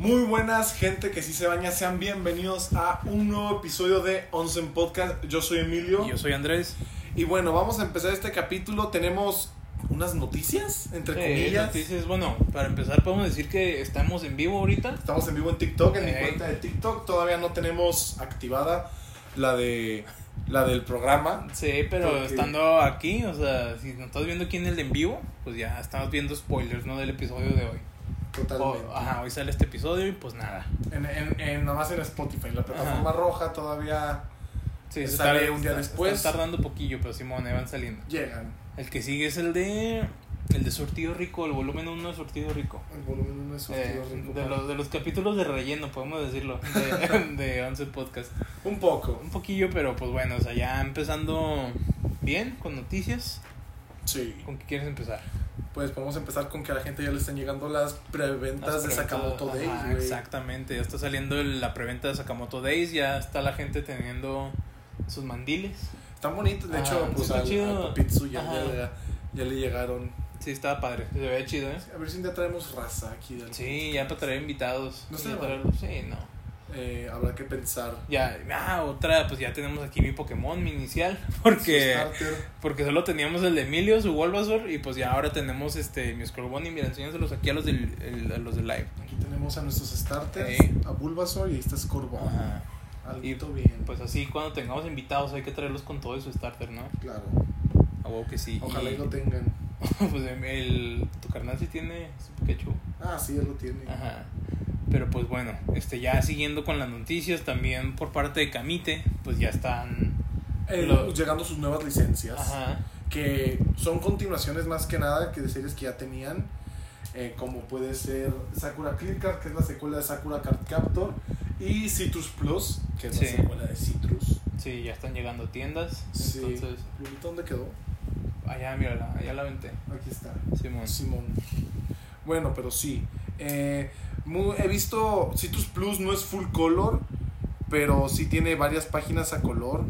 Muy buenas, gente que sí se baña, sean bienvenidos a un nuevo episodio de Onsen Podcast. Yo soy Emilio. Y yo soy Andrés. Y bueno, vamos a empezar este capítulo. Tenemos unas noticias, entre comillas. Noticias. Bueno, para empezar podemos decir que estamos en vivo ahorita. Estamos en vivo en TikTok, en mi cuenta de TikTok. Todavía no tenemos activada la del programa. Sí, pero estando aquí, o sea, si nos estás viendo aquí en el de en vivo, pues ya estamos viendo spoilers, ¿no? Del episodio de hoy. Totalmente. Hoy sale este episodio y pues nada. Nada más en Spotify, en la plataforma roja todavía. Sí, sale un día después. Están tardando poquillo, pero Simón, van saliendo. Llegan. El que sigue es el de Surtido Rico, el volumen 1 de Surtido Rico. El volumen 1 de Surtido Rico. De los capítulos de relleno, podemos decirlo, de Onsen Podcast. Un poco. Un poquillo, pero pues bueno, o sea, ya empezando bien con noticias. Sí. ¿Con qué quieres empezar? Pues podemos empezar con que a la gente ya le están llegando las preventas de Sakamoto Days. Exactamente, ya está saliendo la preventa de Sakamoto Days, ya está la gente teniendo sus mandiles. Están bonitos, de hecho, pues al Papitsu ya le llegaron. Sí, estaba padre, se veía chido, ¿eh? A ver si un día traemos raza aquí del Sí, ya para traer invitados. No sé, sí, no. Habrá que pensar. Otra, pues ya tenemos aquí mi Pokémon, mi inicial, porque solo teníamos el de Emilio, su Bulbasaur, y pues ya ahora tenemos mi Scorbunny. Mira, enséñaselos aquí a los de live. Aquí tenemos a nuestros starters, a Bulbasaur y este Scorbunny. Y bien. Pues así cuando tengamos invitados hay que traerlos con todo y su starter, ¿no? Claro. A huevo que sí. Ojalá y lo tengan. Pues tu carnal sí tiene su Pikachu. Sí, él lo tiene. Ajá. Pero pues bueno, ya siguiendo con las noticias, también por parte de Kamite, pues ya están llegando sus nuevas licencias. Ajá. Que son continuaciones más que nada que de series que ya tenían, como puede ser Sakura Clear Card, que es la secuela de Sakura Card Captor, y Citrus Plus, que es la secuela de Citrus. Sí, ya están llegando a tiendas. Sí. Entonces, ¿Dónde quedó? Allá, mírala, allá la aventé. Aquí está. Simón. Bueno, pero sí. He visto Citrus Plus, no es full color, pero sí tiene varias páginas a color.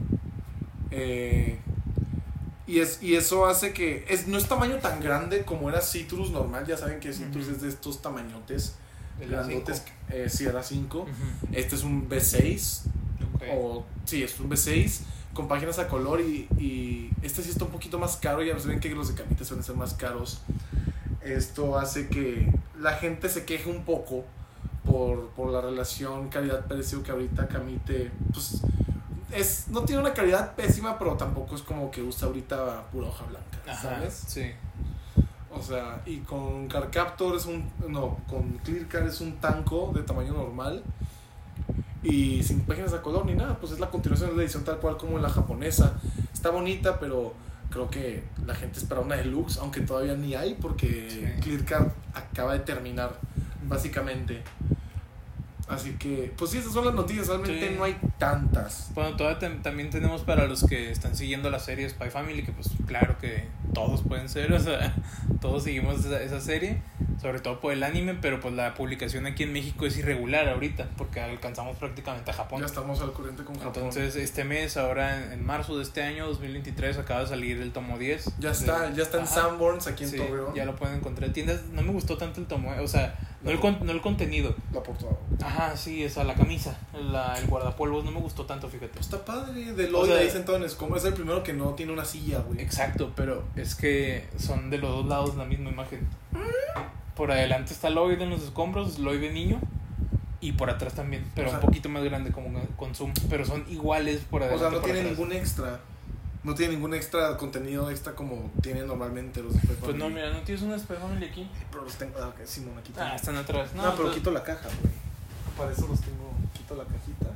Y eso hace que no es tamaño tan grande como era Citrus normal. Ya saben que Citrus es de estos tamañotes grandotes. Sí, era 5. Este es un B6. Sí, es un B6 con páginas a color. Y este sí está un poquito más caro. Ya ven que los de Kamite suelen ser más caros. Esto hace que la gente se queje un poco por la relación calidad-precio que ahorita Kamite pues no tiene una calidad pésima, pero tampoco es como que usa ahorita pura hoja blanca, ¿sabes? Sí. O sea, y con Cardcaptor con Clearcar es un tanco de tamaño normal y sin páginas a color ni nada, pues es la continuación de la edición tal cual como en la japonesa. Está bonita, pero creo que la gente espera una deluxe, aunque todavía ni hay, porque Clearcar acaba de terminar, básicamente. Así que, pues sí, esas son las noticias, realmente no hay tantas. Bueno, todavía también tenemos para los que están siguiendo la serie Spy Family, que pues claro que todos pueden ser, o sea, todos seguimos esa serie, sobre todo por el anime, pero pues la publicación aquí en México es irregular ahorita, porque alcanzamos prácticamente a Japón. Ya estamos al corriente con Japón. Entonces este mes, ahora en marzo de este año, 2023, acaba de salir el tomo 10. Ya está en Sanborns, aquí en Torreón. Ya lo pueden encontrar en tiendas. No me gustó tanto el tomo, o sea, no el contenido. La portada. Ajá, sí, esa, la camisa, el guardapolvos no me gustó tanto, fíjate. Pues está padre, de Lloyd ahí sentado en escombro, es el primero que no tiene una silla, güey. Exacto, pero es que son de los dos lados la misma imagen. Por adelante está Lloyd en los escombros, Lloyd de niño, y por atrás también, pero un poquito más grande como con zoom, pero son iguales por adelante. O sea, no tiene ningún extra. No tiene ningún contenido extra como tienen normalmente los Spy Family. Pues no, mira, no tienes una Spy Family aquí. Pero los tengo, Simón, aquí tengo. Están atrás. No, pero quito la caja, güey. Para eso los tengo, quito la cajita.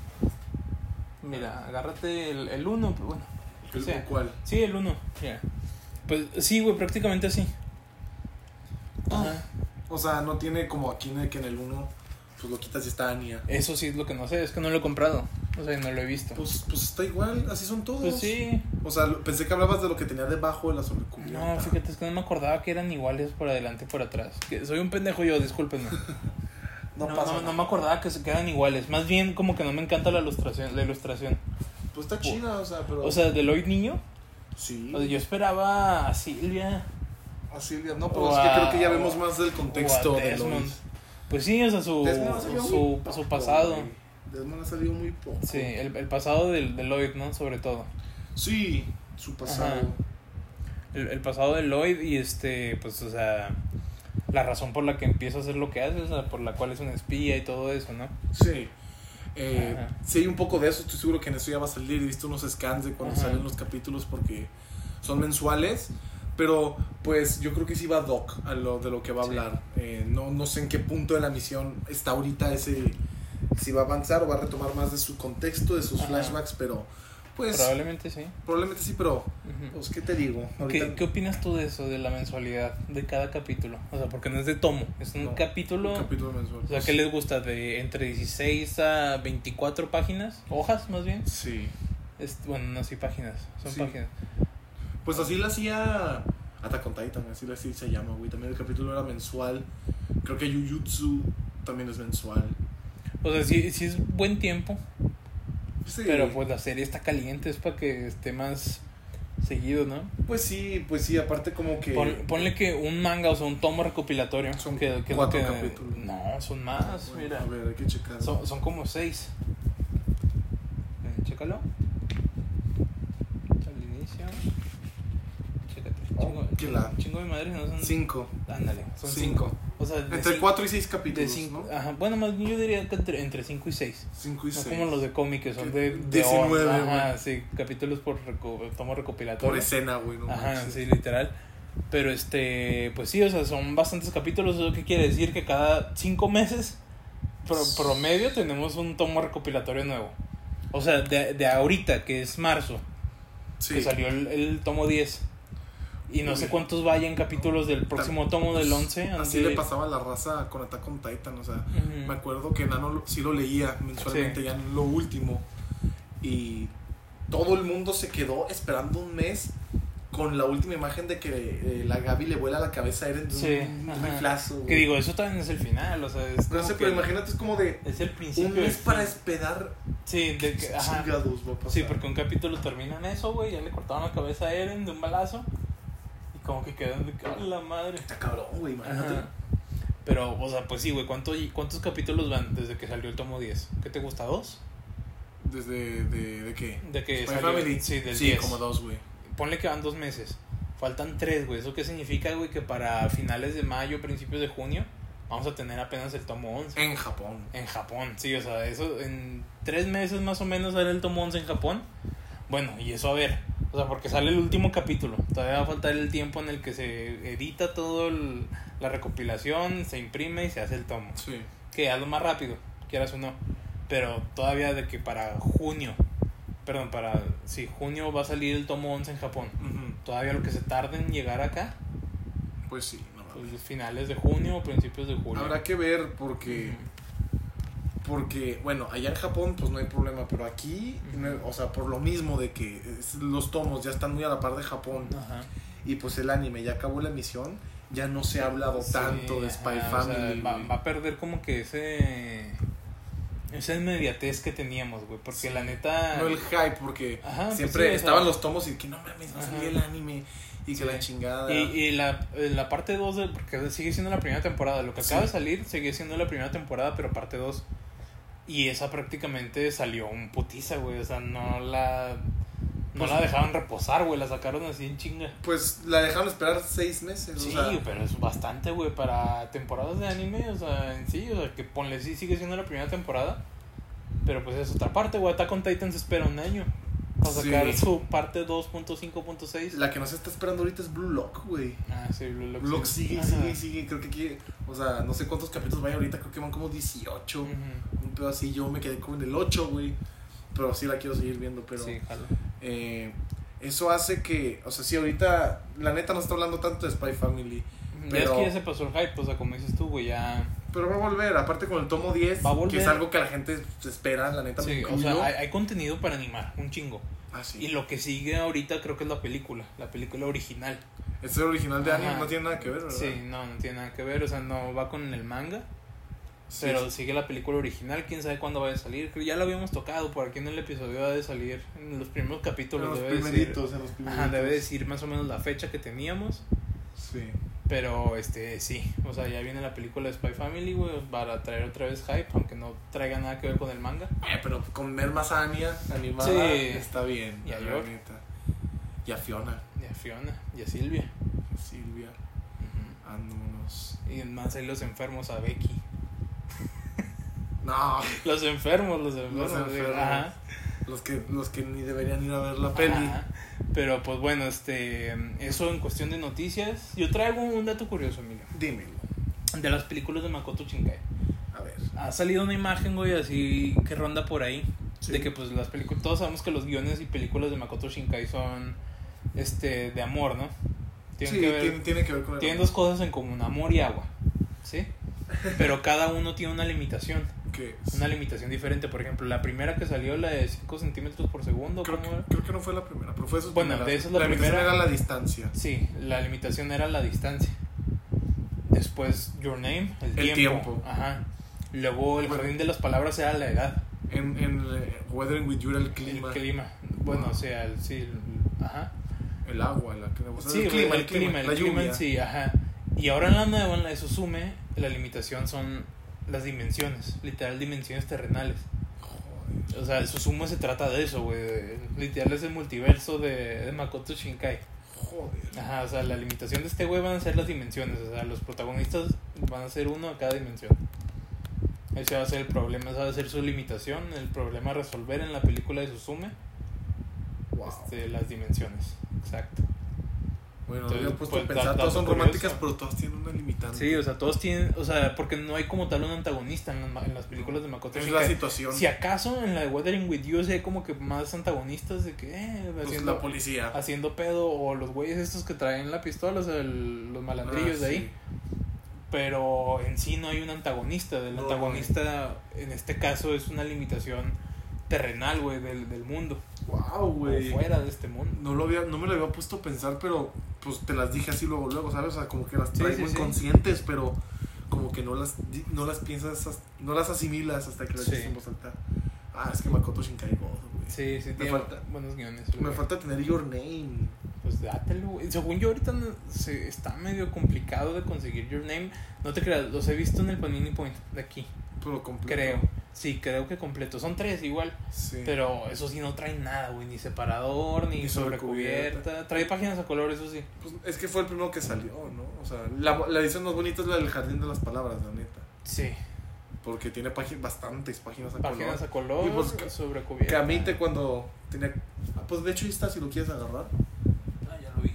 Mira, agárrate el 1, pero bueno. ¿Cuál? Sí, el 1, ya. Pues sí, güey, prácticamente así. Ajá. O sea, no tiene como aquí que en el 1 pues lo quitas y está Anya. Eso sí es lo que no sé, es que no lo he comprado. O sea, no lo he visto. Pues está igual, así son todos. Pues sí. O sea, pensé que hablabas de lo que tenía debajo de la sobrecubierta. No, fíjate, es que no me acordaba que eran iguales por adelante y por atrás. Soy un pendejo yo, discúlpenme. No me acordaba que se quedan iguales. Más bien como que no me encanta la ilustración. Pues está chida, o sea, pero... O sea, de Lloyd niño. Sí. O sea, yo esperaba a Silvia. No, pero es que creo que ya vemos más del contexto de Lloyd. Pues sí, o sea, su pasado. Desmond ha salido muy poco. Sí, el pasado de Lloyd, ¿no? Sobre todo. Sí, su pasado. El pasado de Lloyd y pues, o sea, la razón por la que empieza a hacer lo que hace, o sea, por la cual es un espía y todo eso, ¿no? Sí. Sí, hay un poco de eso. Estoy seguro que en eso ya va a salir. He visto unos scans de cuando salen los capítulos porque son mensuales. Pero pues yo creo que sí va Doc de lo que va a hablar. No sé en qué punto de la misión está ahorita si va a avanzar o va a retomar más de su contexto, de sus flashbacks, pero pues probablemente sí, pero pues qué te digo. ¿Qué opinas tú de eso, de la mensualidad de cada capítulo? O sea, porque no es de tomo, es un capítulo mensual. O sea, ¿qué les gusta? ¿De entre 16 a 24 páginas? ¿Hojas, más bien? Sí. Bueno, no, sí, páginas, son páginas. Pues así lo hacía Attack on Titan, así se llama, güey. También el capítulo era mensual. Creo que Jujutsu también es mensual. O sea, sí es buen tiempo. Sí. Pero pues la serie está caliente, es para que esté más seguido, ¿no? Pues sí, aparte como que... Ponle que un manga, o sea, un tomo recopilatorio. Son que 4 capítulos. No, son más, bueno, mira. A ver, hay que checar. Son como 6. Chécalo. Al inicio. Chécate. Chingo de madres, ¿no? Son 5. Ándale, son 5. O sea, entre 4 y 6 capítulos, de 5, ¿no? Ajá, bueno, más yo diría que entre 5 y 6. 5 y 6. No como los de cómic, que son de 19, ajá, sí, capítulos por tomo recopilatorio. Por escena, güey, ¿no? Ajá, sí, literal. Pero pues sí, o sea, son bastantes capítulos. ¿Eso qué quiere decir? Que cada 5 meses promedio tenemos un tomo recopilatorio nuevo. O sea, de ahorita, que es marzo, que salió el tomo 10. Y no sé cuántos vayan capítulos del próximo tomo del 11. Así le pasaba a la raza con Attack on Titan. O sea, me acuerdo que Nano sí lo leía mensualmente, ya en lo último. Y todo el mundo se quedó esperando un mes con la última imagen de que la Gaby le vuela la cabeza a Eren de un riflazo. Que digo, eso también es el final. O sea, es no sé, pero imagínate, es como de. Es el principio. Un mes para esperar. Sí, de que. Ajá. Chingados va a pasar. Sí, porque un capítulo termina en eso, güey. Ya le cortaron la cabeza a Eren de un balazo. Como que quedan de la madre. Está cabrón, güey, imagínate. Ajá. Pero, o sea, pues sí, güey. ¿Cuántos capítulos van desde que salió el tomo 10? ¿Qué te gusta? ¿2? ¿De qué? De que Spy salió. Family. Sí, del sí 10. Como 2, güey. Ponle que van 2 meses. Faltan 3, güey. ¿Eso qué significa, güey? Que para finales de mayo, principios de junio, vamos a tener apenas el tomo 11. En Japón. En Japón, sí, o sea, eso en 3 meses más o menos sale el tomo 11 en Japón. Bueno, y eso a ver. O sea, porque sale el último capítulo. Todavía va a faltar el tiempo en el que se edita todo la recopilación, se imprime y se hace el tomo. Sí. Que hazlo más rápido, quieras o no. Pero todavía de que para junio va a salir el tomo 11 en Japón. Todavía lo que se tarde en llegar acá. Pues sí, no mames. Pues finales de junio o principios de julio. Habrá que ver porque... Porque, bueno, allá en Japón pues no hay problema, pero aquí, o sea, por lo mismo de que los tomos ya están muy a la par de Japón. Ajá. Y pues el anime ya acabó la emisión, ya no se ha hablado tanto de Spy Family. O sea, va a perder como que esa inmediatez que teníamos, güey, porque la neta... No el hype, porque siempre pues estaban los tomos y que no mames, va a salir el anime y que la chingada... Y la parte 2, porque sigue siendo la primera temporada, lo que acaba de salir sigue siendo la primera temporada, pero parte 2. Y esa prácticamente salió un putiza, güey, o sea, no la dejaron reposar, güey, la sacaron así en chinga. Pues la dejaron esperar 6 meses. Sí, o sea, pero es bastante, güey, para temporadas de anime, o sea, en sí, o sea, que ponle, sí sigue siendo la primera temporada, pero pues es otra parte, güey, Attack on Titan se espera un año para sacar su parte 2.5.6. La que no se está esperando ahorita es Blue Lock, güey. Ah, sí, Blue Lock. Blue Lock sigue, creo que aquí, o sea, no sé cuántos capítulos vayan ahorita, creo que van como 18, un pedo así, yo me quedé como en el 8, güey, pero sí la quiero seguir viendo, pero... Sí, jalo. Eso hace que, o sea, sí, ahorita la neta no está hablando tanto de Spy Family, pero... Es que ya se pasó el hype, o sea, como dices tú, güey, ya... Pero va a volver, aparte con el tomo 10, que es algo que la gente espera, la neta. Sí, o sea, hay contenido para animar, un chingo. Ah, sí. Y lo que sigue ahorita creo que es la película original. Es el original de anime, no tiene nada que ver, ¿verdad? Sí, no tiene nada que ver, o sea, no va con el manga. Sí. Pero sigue la película original, quién sabe cuándo vaya a salir. Creo que ya lo habíamos tocado por aquí en el episodio, de salir en los primeros capítulos. En los debe primeritos. decir más o menos la fecha que teníamos. Sí. Pero sí, o sea, ya viene la película de Spy Family, güey, para traer otra vez hype, aunque no traiga nada que ver con el manga. Pero con ver más a Anya animada está bien. Y a York. Y a Fiona. Y a Fiona, y a Silvia. Silvia. Vámonos. Y más ahí los enfermos a Becky. No. Los enfermos. Ajá. Los que ni deberían ir a ver la peli. Ajá. Pero pues bueno, eso en cuestión de noticias. Yo traigo un dato curioso, Emilio. Dímelo. De las películas de Makoto Shinkai. A ver. Ha salido una imagen, güey, así que ronda por ahí. Sí. De que pues las películas, todos sabemos que los guiones y películas de Makoto Shinkai son de amor, ¿no? Tiene que ver con el tienen dos cosas en común, amor y agua, ¿sí? Pero cada uno tiene una limitación. ¿Qué? Una limitación diferente. Por ejemplo, la primera que salió, la de 5 centímetros por segundo. Creo que no fue la primera, pero fue eso. Bueno, de esa es la primera. La limitación era la distancia. Sí, la limitación era la distancia. Después, Your Name, el tiempo. Ajá. Luego, el jardín de las palabras era la edad. En Weathering with You era el clima. El clima. Bueno, o sea, ajá. El agua, sí, el clima, la lluvia. Sí, ajá. Y ahora en la nueva, en la de Suzume, la limitación son las dimensiones, literal dimensiones terrenales. Joder. O sea, Suzume se trata de eso, güey. Literal es el multiverso de Makoto Shinkai. Joder. Ajá, o sea, la limitación de este güey van a ser las dimensiones. O sea, los protagonistas van a ser uno a cada dimensión. Ese va a ser el problema, esa va a ser su limitación. El problema a resolver en la película de Suzume. Wow. Las dimensiones, exacto. Bueno, entonces, había puesto a pensar, todas son románticas, pero todas tienen una limitante. Sí, o sea, todos tienen, o sea, porque no hay como tal un antagonista en las películas de Makoto Shinkai. Es la situación. Si acaso en la de Weathering with You hay como que más antagonistas de que haciendo la policía, haciendo pedo, o los güeyes estos que traen la pistola, o sea, los malandrillos de ahí. Sí. Pero en sí no hay un antagonista. El antagonista en este caso es una limitación terrenal, güey, del mundo. Wow, güey. Fuera de este mundo. No me lo había puesto a pensar, pero pues te las dije así luego, ¿sabes? O sea, como que las traigo inconscientes, pero como que no las piensas, no las asimilas hasta que las dices en voz alta. Es que Makoto Shinkai God, güey. Sí, tiene buenos guiones. Me falta tener Your Name. Pues dátelo, güey. Según yo ahorita está medio complicado de conseguir Your Name. No te creas, los he visto en el Panini Point de aquí. Pero completo. Creo. Sí, creo que completo. Son 3 igual. Sí. Pero eso sí no trae nada, güey. Ni separador, ni sobrecubierta. Trae páginas a color, eso sí. Pues es que fue el primero que salió, ¿no? O sea, la edición más bonita es la del Jardín de las Palabras, la neta. Sí. Porque tiene bastantes páginas a color. Páginas a color, y pues, sobrecubierta. Camite cuando tenía... Pues de hecho ahí está, si lo quieres agarrar. Ya lo vi.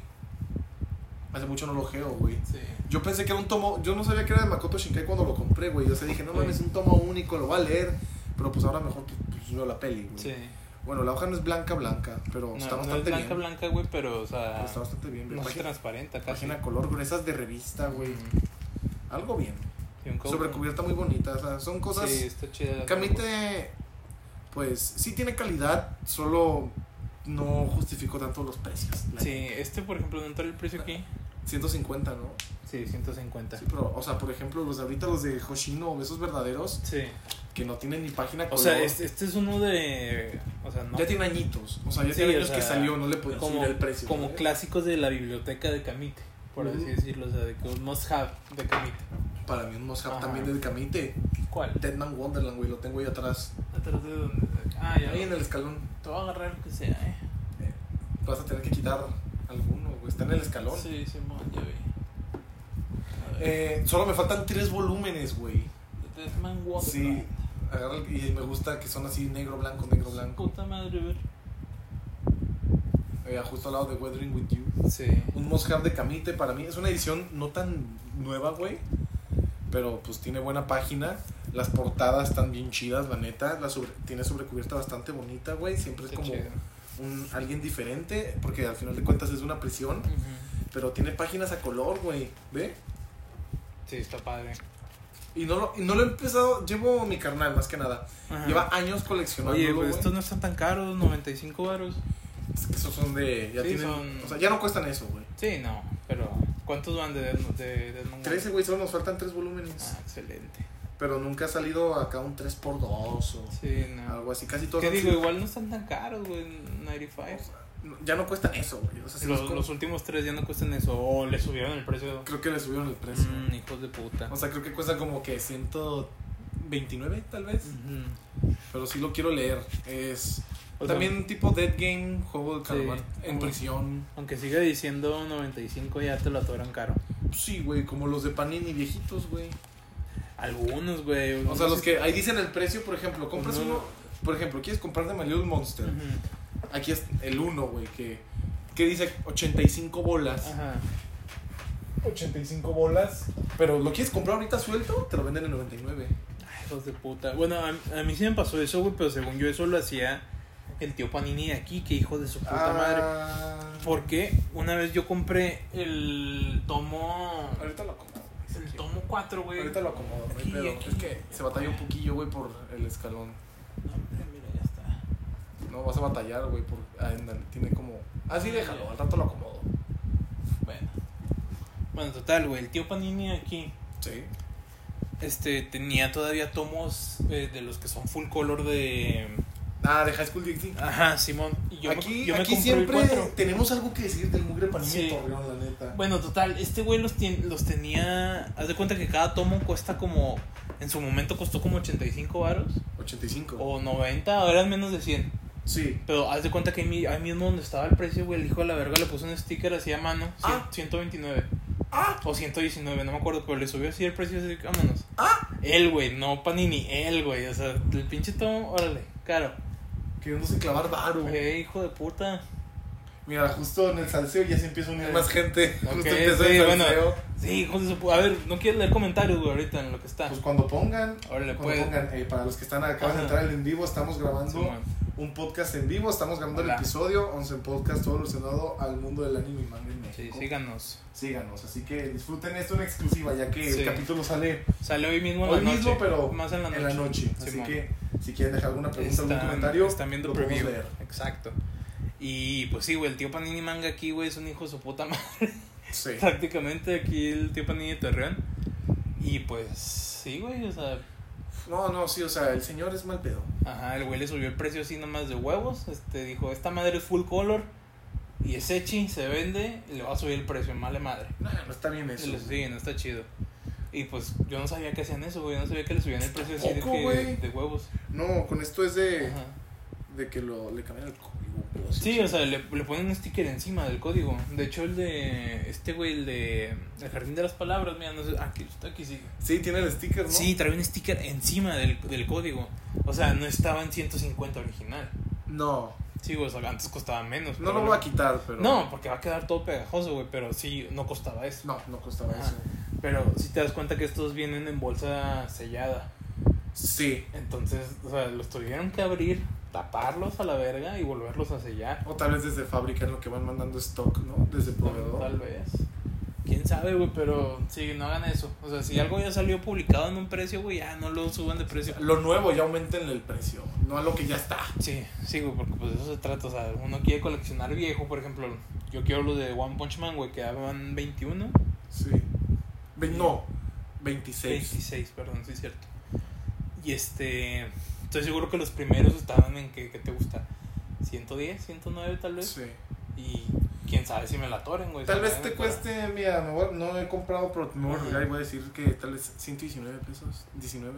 Hace mucho no lo geo, güey. Sí. Yo pensé que era un tomo... Yo no sabía que era de Makoto Shinkai cuando lo compré, güey. O sea, dije, no mames, es un tomo único, lo voy a leer. Pero pues ahora mejor pues veo la peli, güey. Sí. Bueno, la hoja no es blanca, pero está bastante bien. No es blanca, güey, pero o sea... Pero está bastante bien. No es transparente casi. Página color, gruesas de revista, güey. Algo bien. Sobrecubierta muy bonita, o sea, son cosas... Sí, está chida. Camite, pues, sí tiene calidad, solo no justificó tanto los precios. Sí, por ejemplo, ¿no entra el precio aquí? 150, ¿no? Sí, 150. Sí, pero, o sea, por ejemplo, los de ahorita, los de Hoshino, Besos Verdaderos, sí, que no tienen ni página color. O sea, este es uno de... O sea, no. Ya tiene añitos, o sea, ya tiene años que salió, no le pueden subir el precio. Como clásicos de la biblioteca de Camite, por así decirlo, o sea, de que un must-have de Camite. Para mí un must-have también de Camite. ¿Cuál? Deadman Wonderland, güey, lo tengo ahí atrás. ¿Atrás de dónde? Ya. Ahí en el escalón. Te voy a agarrar lo que sea, Vas a tener que quitar alguno, güey, está en el escalón. Sí, ya vi. Solo me faltan 3 volúmenes, güey. Deadman Wonderland. Sí, agarra y me gusta que son así negro, blanco. Puta madre, ver. Justo al lado de Weathering with You. Sí. Un must-have de Camite para mí. Es una edición no tan nueva, güey. Pero pues tiene buena página. Las portadas están bien chidas, la neta. Tiene sobrecubierta bastante bonita, güey. Siempre es como alguien diferente. Porque al final de cuentas es una prisión. Pero tiene páginas a color, güey. ¿Ve? Sí, está padre. Y no lo he empezado. Llevo mi carnal, más que nada. Lleva años coleccionando. Oye, pues estos no están tan caros, 95 baros. Es que esos son de... Ya tienen, o sea, ya no cuestan eso, güey. Sí, no, pero... ¿Cuántos van de Deadman? 13, güey, solo nos faltan 3 volúmenes. Excelente. Pero nunca ha salido acá un 3x2 o sí, no. algo así. Casi todos. ¿Qué digo? Igual no están tan caros, güey, 95. ya no cuestan eso, güey. O sea, los últimos 3 ya no cuestan eso. O le subieron el precio. Creo que le subieron el precio. Hijos de puta. O sea, creo que cuesta como que 129 tal vez. Pero sí lo quiero leer. Es también un tipo Dead Game, juego de calamar en prisión. Aunque siga diciendo 95, ya te lo atoran caro. Sí, güey, como los de Panini viejitos, güey. Algunos, güey. O sea, los que ahí dicen el precio, por ejemplo, compras uno, por ejemplo, quieres comprar de My Little Monster. Aquí es el 1, güey, que dice 85 bolas. Ajá. 85 bolas. Pero lo quieres comprar ahorita suelto, te lo venden en 99. Ay, hijos de puta. Bueno, a mí sí me pasó eso, güey, pero según yo eso lo hacía el tío Panini de aquí, que hijo de su puta madre. Porque una vez yo compré el tomo... Ahorita lo acomodo. El tomo 4, güey. Ahorita lo acomodo, güey, pero es que se batalla un poquillo, güey, por el escalón. No, mira, ya está. No, vas a batallar, güey, tiene como... sí, déjalo, al rato lo acomodo. Bueno, total, güey, el tío Panini aquí... Sí. Tenía todavía tomos de los que son full color de... de High School DxD. Ajá, Simón. Y yo aquí me compré siempre el 4. tenemos algo que decir del mugre Panini de Torreón, la neta. Bueno, total, güey los tenía... Haz de cuenta que cada tomo cuesta como... En su momento costó como 85 varos. 85. O 90, o eran menos de 100. Sí. Pero haz de cuenta que ahí mismo donde estaba el precio, güey, el hijo de la verga le puso un sticker así a mano. 129. O 119, no me acuerdo, pero le subió así el precio, así, vámonos. Él, güey, no Panini, él, güey. O sea, el pinche tomo, órale, caro. Queriéndose clavar varo. Hijo de puta. Mira, justo en el salseo ya se empieza a unir más gente. Justo empieza el salseo. Sí, hijo de su... A ver, no quiero leer comentarios, güey, ahorita en lo que está. Pues cuando pongan. Órale, para los que acaban de entrar en vivo, estamos grabando un podcast en vivo. Estamos grabando el episodio 11 podcast, todo relacionado al mundo del anime y manga en México. Sí, síganos. Así que disfruten esto en exclusiva, ya que el capítulo sale hoy mismo en la noche. Mismo, pero más en la noche. Así que si quieren dejar alguna pregunta, algún comentario, están viendo lo preview. podemos leer. Exacto. Y pues sí, güey, el tío Panini Manga aquí, güey, es un hijo de su puta madre. Sí. Prácticamente aquí el tío Panini de Torreón. Y pues sí, güey, o sea... Sí, o sea, el señor es mal pedo. Ajá, el güey le subió el precio así nomás de huevos. Dijo, esta madre es full color y es echi, se vende, y le va a subir el precio, male madre. No está bien eso. Sí, no está chido. Y pues yo no sabía que hacían eso, güey, no sabía que le subían el precio así de huevos. No, con esto es de que le cambian el código. Sí, o sea, le ponen un sticker encima del código. De hecho, el de el de El Jardín de las Palabras, mira, no sé, aquí sí. Sí, tiene el sticker, ¿no? Sí, trae un sticker encima del código. O sea, no estaba en 150 original. No. Sí, güey, o sea, antes costaba menos. No lo voy a quitar, pero... No, porque va a quedar todo pegajoso, güey, pero sí, no costaba eso. No costaba eso. Pero si te das cuenta que estos vienen en bolsa sellada. Sí. Entonces, o sea, los tuvieron que abrir, taparlos a la verga y volverlos a sellar. O tal vez desde fábrica en lo que van mandando stock, ¿no? Desde proveedor. Tal vez. Quién sabe, güey, pero sí, no hagan eso. O sea, si algo ya salió publicado en un precio, güey, ya no lo suban de precio. Lo nuevo ya aumenten el precio, no a lo que ya está. Sí, güey, porque pues de eso se trata. O sea, uno quiere coleccionar viejo, por ejemplo, yo quiero los de One Punch Man, güey, que daban 21. Sí. No, 26. 26, perdón, sí es cierto. Y estoy seguro que los primeros estaban en que te gusta 110, 109 tal vez. Sí. Y quién sabe si me la atoren, güey. Tal vez te cueste, mira, no he comprado, pero me voy a arriesgar y voy a decir que tal vez 119 pesos, 19.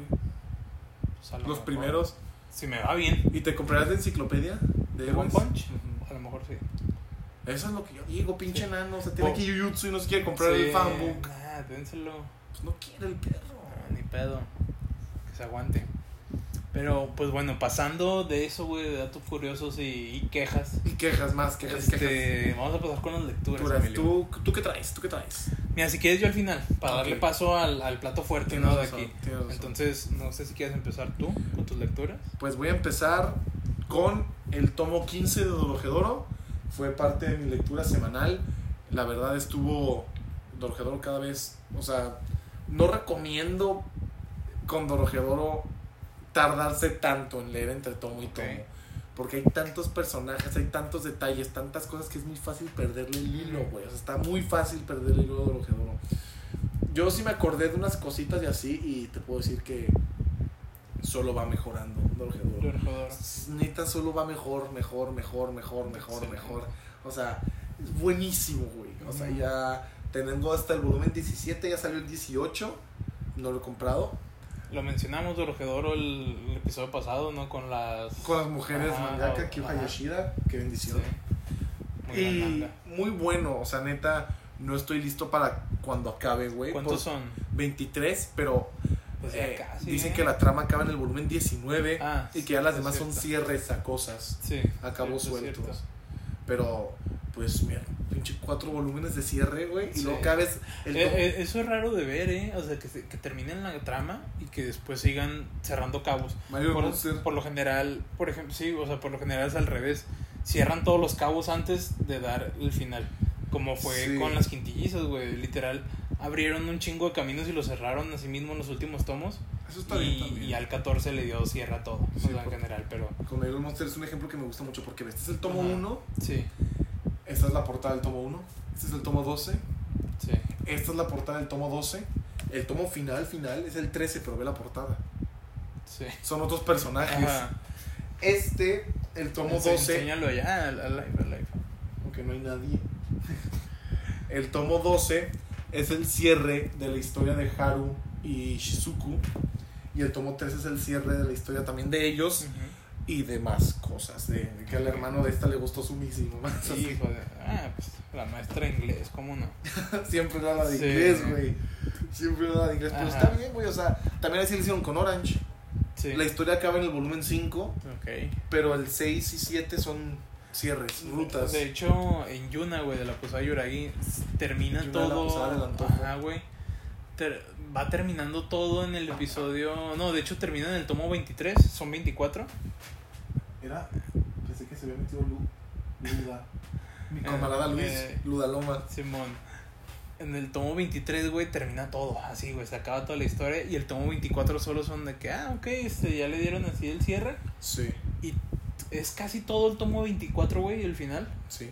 Pues los primeros. Si me va bien. ¿Y te comprarás la enciclopedia de One Punch? A lo mejor sí. Eso es lo que yo digo, pinche nano. O sea, tiene aquí Jujutsu y no se quiere comprar el fanbook. Dénselo. Pues no quiere el perro. Ni pedo. Que se aguante. Pero, pues bueno, pasando de eso, güey, de datos curiosos y quejas. Y quejas, más quejas, quejas. Vamos a pasar con las lecturas. ¿Tú qué traes? Mira, si quieres yo al final, para darle paso al plato fuerte, ¿no? De aquí. Entonces, no sé si quieres empezar tú con tus lecturas. Pues voy a empezar con el tomo 15 de Dorohedoro. Fue parte de mi lectura semanal. La verdad estuvo Dorohedoro cada vez... O sea, no recomiendo con Dorohedoro tardarse tanto en leer entre tomo y tomo. Porque hay tantos personajes, hay tantos detalles, tantas cosas que es muy fácil perderle el hilo, güey. O sea, está muy fácil perder el hilo de Dorohedoro. Yo sí me acordé de unas cositas y así, y te puedo decir que solo va mejorando. Dorohedoro. Neta, solo va mejor. O sea, es buenísimo, güey. O sea, ya teniendo hasta el volumen 17, ya salió el 18. No lo he comprado. Lo mencionamos, Dorohedoro, el episodio pasado, ¿no? Con las mujeres mangaka, Kyu Hayashida. Qué bendición. Sí. Y muy bueno, o sea, neta, no estoy listo para cuando acabe, güey. ¿Cuántos son? 23, pero pues casi, dicen que la trama acaba en el volumen 19 y que ya las demás son cierres a cosas. Sí. Acabos sueltos. Pero, pues, mira, pinche 4 volúmenes de cierre, güey. Y luego cada vez. Eso es raro de ver, O sea, que terminen la trama y que después sigan cerrando cabos. Por lo general, por ejemplo, sí, o sea, por lo general es al revés. Cierran todos los cabos antes de dar el final. Como fue con las quintillizas, güey. Literal, abrieron un chingo de caminos y lo cerraron así mismo en los últimos tomos. Eso está bien también. Y al 14 le dio cierre a todo, sí, en general, pero... Con Medieval Monster es un ejemplo que me gusta mucho porque este es el tomo 1. Sí. Esta es la portada del tomo 1. Este es el tomo 12. Sí. Esta es la portada del tomo 12. El tomo final es el 13, pero ve la portada. Sí. Son otros personajes. Ajá. El tomo 12. Enséñalo ya, al live. Aunque no hay nadie. El tomo 12 es el cierre de la historia de Haru y Shizuku. Y el tomo 13 es el cierre de la historia también de ellos. Y demás cosas. De que al hermano de esta le gustó sumísimo. Sí, pues la maestra de inglés, ¿cómo no? Siempre era la de inglés, güey. Siempre era la de inglés. Pero está bien, güey. O sea, también así lo hicieron con Orange. Sí. La historia acaba en el volumen 5. Okay. Pero el 6 y 7 son cierres, rutas. De hecho, en Yuna, güey, de la Posada Yuragi, termina Yuna todo. Ajá, güey. Va terminando todo en el episodio. No, de hecho termina en el tomo 23. Son 24. Pensé que se había metido Luda. Mi camarada Luis, Ludaloma. Simón. En el tomo 23, güey, termina todo. Así, güey, se acaba toda la historia. Y el tomo 24 solo son de que, ok, ya le dieron así el cierre. Sí. Y es casi todo el tomo 24, güey, el final. Sí.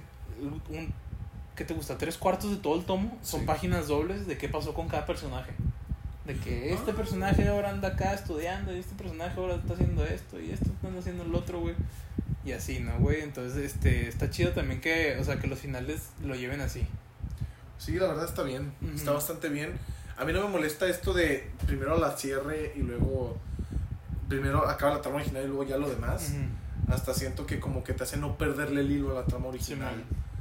¿Qué te gusta? 3/4 de todo el tomo son páginas dobles de qué pasó con cada personaje. De que este personaje ahora anda acá estudiando, y este personaje ahora está haciendo esto, y este anda haciendo el otro, güey. Y así, ¿no, güey? Entonces, está chido también que, o sea, que los finales lo lleven así. Sí, la verdad está bien. Está bastante bien. A mí no me molesta esto de primero la cierre y luego primero acaba la trama original y luego ya lo demás. Hasta siento que como que te hace no perderle el hilo a la trama original.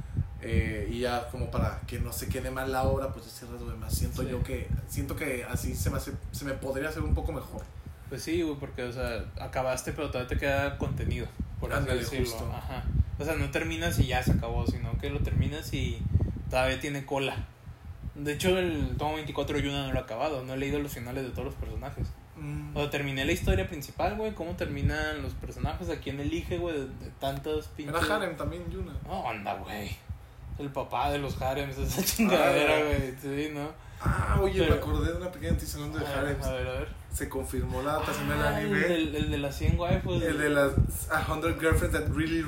Y ya como para que no se quede mal la obra, pues ese resto demás. Siento que así se me podría hacer un poco mejor. Pues sí, güey, porque, o sea, acabaste pero todavía te queda contenido, por así decirlo. Justo. Ajá. O sea, no terminas y ya se acabó, sino que lo terminas y todavía tiene cola. De hecho, el tomo 24 Yuna no lo he acabado, no he leído los finales de todos los personajes. O sea, terminé la historia principal, güey, cómo terminan los personajes, a quién elige, güey, de tantas pinches... Era harem también, Yuna. No, anda, güey. El papá de los harems, esa chingadera, güey, sí, ¿no? Oye, me acordé de una pequeña noticia hablando de harems. A ver. Se confirmó la adaptación del anime. El de las 100 waifus. El de las 100 girlfriends that really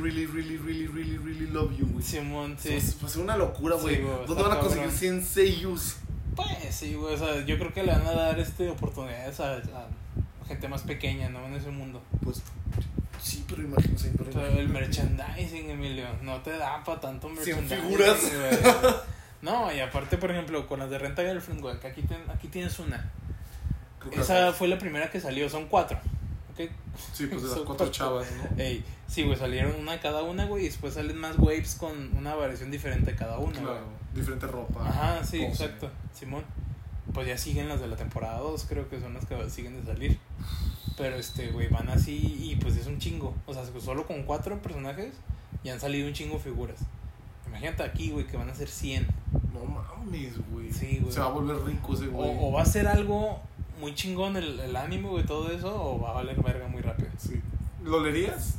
love you, güey. Simón, sí. Pues una locura, güey. Sí, ¿dónde van a conseguir 100 seiyus? Pues sí, güey, o sea, yo creo que le van a dar oportunidades a gente más pequeña, ¿no? En ese mundo. Pues sí, pero imagínate. El merchandising, Emilio, no te da para tanto merchandising. 100 figuras. Güey. No, y aparte, por ejemplo, con las de Renta Girlfriend, güey, que aquí tienes una. Esa fue la primera que salió, son 4. ¿Okay? Sí, pues de las 4 chavas, ¿no? Ey, sí, güey, salieron una de cada una, güey, y después salen más waves con una variación diferente de cada una. Claro, güey. Diferente ropa. Ajá, sí, exacto, Simón. Pues ya siguen las de la temporada 2, creo que son las que siguen de salir. Pero güey, van así y pues es un chingo. O sea, solo con 4 personajes ya han salido un chingo de figuras. Imagínate aquí, güey, que van a ser 100. No mames, güey. Sí, güey. Se va a volver rico ese güey. O va a ser algo muy chingón el anime, güey, todo eso, o va a valer verga muy rápido. Sí. ¿Lo leerías?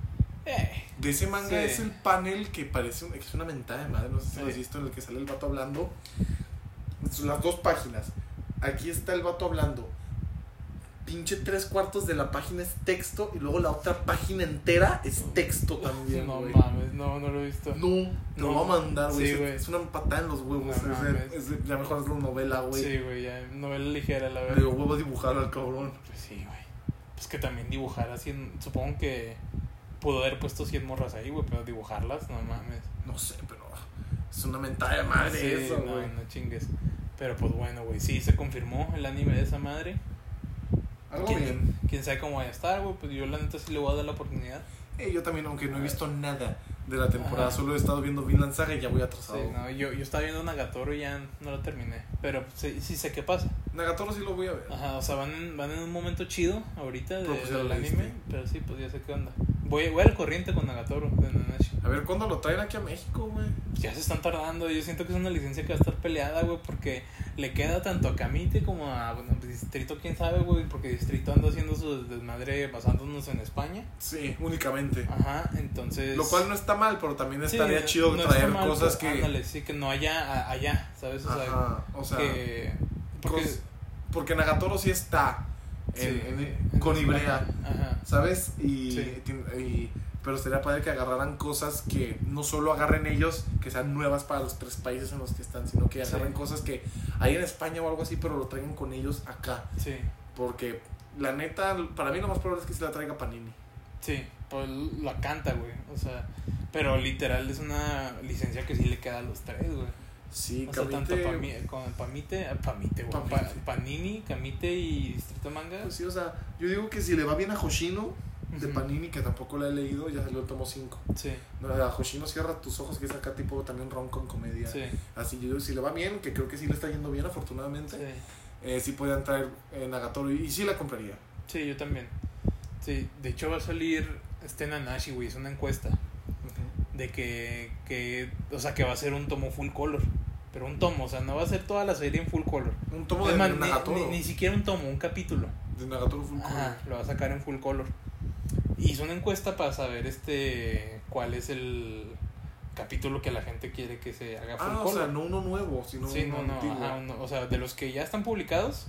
De ese manga es el panel que parece que es una mentada de madre, no sé si lo has visto, en el que sale el vato hablando. Las 2 páginas. Aquí está el vato hablando. Pinche 3/4 de la página es texto y luego la otra página entera es texto también. No güey. mames, no lo he visto. No, te lo voy a mandar, güey. Sí, es una patada en los huevos. Ya mejor hazlo novela, güey. Sí, güey, ya novela ligera, la verdad. Le digo, huevo a dibujar al cabrón. Pues sí, güey. Es que también dibujar así, supongo que pudo haber puesto 100 morras ahí, güey, pero dibujarlas, no mames. No sé, pero es una mentada de madre Sí, eso, güey. no chingues. Pero pues bueno, güey, sí se confirmó el anime de esa madre. Algo bien. Quién sabe cómo vaya a estar, güey, pues yo la neta sí le voy a dar la oportunidad. Yo también, aunque no he visto nada de la temporada, solo he estado viendo Vinland Saga y ya voy atrasado. Sí, no, yo estaba viendo Nagatoro y ya no lo terminé, pero sí sé qué pasa. Nagatoro sí lo voy a ver. Ajá, o sea, van en un momento chido ahorita Pues del anime, pero sí, pues ya sé qué onda. Voy al corriente con Nagatoro de Nanashi. A ver cuándo lo traen aquí a México, güey. Ya se están tardando, yo siento que es una licencia que va a estar peleada, güey, porque le queda tanto a Kamite como a Distrito, quién sabe, güey, porque Distrito anda haciendo su desmadre basándonos en España. Sí, únicamente. Ajá, entonces... Lo cual no está mal, pero también estaría sí, chido no traer mal, cosas pero, que... Ándale, sí, que no haya allá, ¿sabes? Ajá, o sea... que... Porque Nagatoro sí está con Ibrea, ¿sabes? Pero sería padre que agarraran cosas que no solo agarren ellos, que sean nuevas para los 3 países en los que están, sino que agarren cosas que hay en España o algo así, pero lo traigan con ellos acá. Sí. Porque la neta, para mí lo más probable es que se la traiga Panini. Sí, pues la canta, güey. O sea, pero literal es una licencia que sí le queda a los 3, güey. Sí, o sea, tanto Panini, Kamite y Distrito Manga. Pues sí, o sea, yo digo que si le va bien a Hoshino de Panini, que tampoco la he leído, ya salió el tomo 5. Sí. No, a Hoshino Cierra tus ojos, que es acá tipo también rom-com comedia. Sí. Así yo digo, si le va bien, que creo que sí le está yendo bien afortunadamente, sí podían traer Nagatoro y sí la compraría. Sí, yo también. Sí, de hecho va a salir Nanashi, güey, es una encuesta de que o sea, que va a ser un tomo full color. Pero un tomo, o sea, no va a ser toda la serie en full color. Un tomo de Nagatoro. Ni siquiera un tomo, un capítulo. De Nagatoro full color. Ajá, lo va a sacar en full color. Hizo una encuesta para saber cuál es el capítulo que la gente quiere que se haga full color. O sea, no uno nuevo, sino uno antiguo. Ajá, o sea, de los que ya están publicados,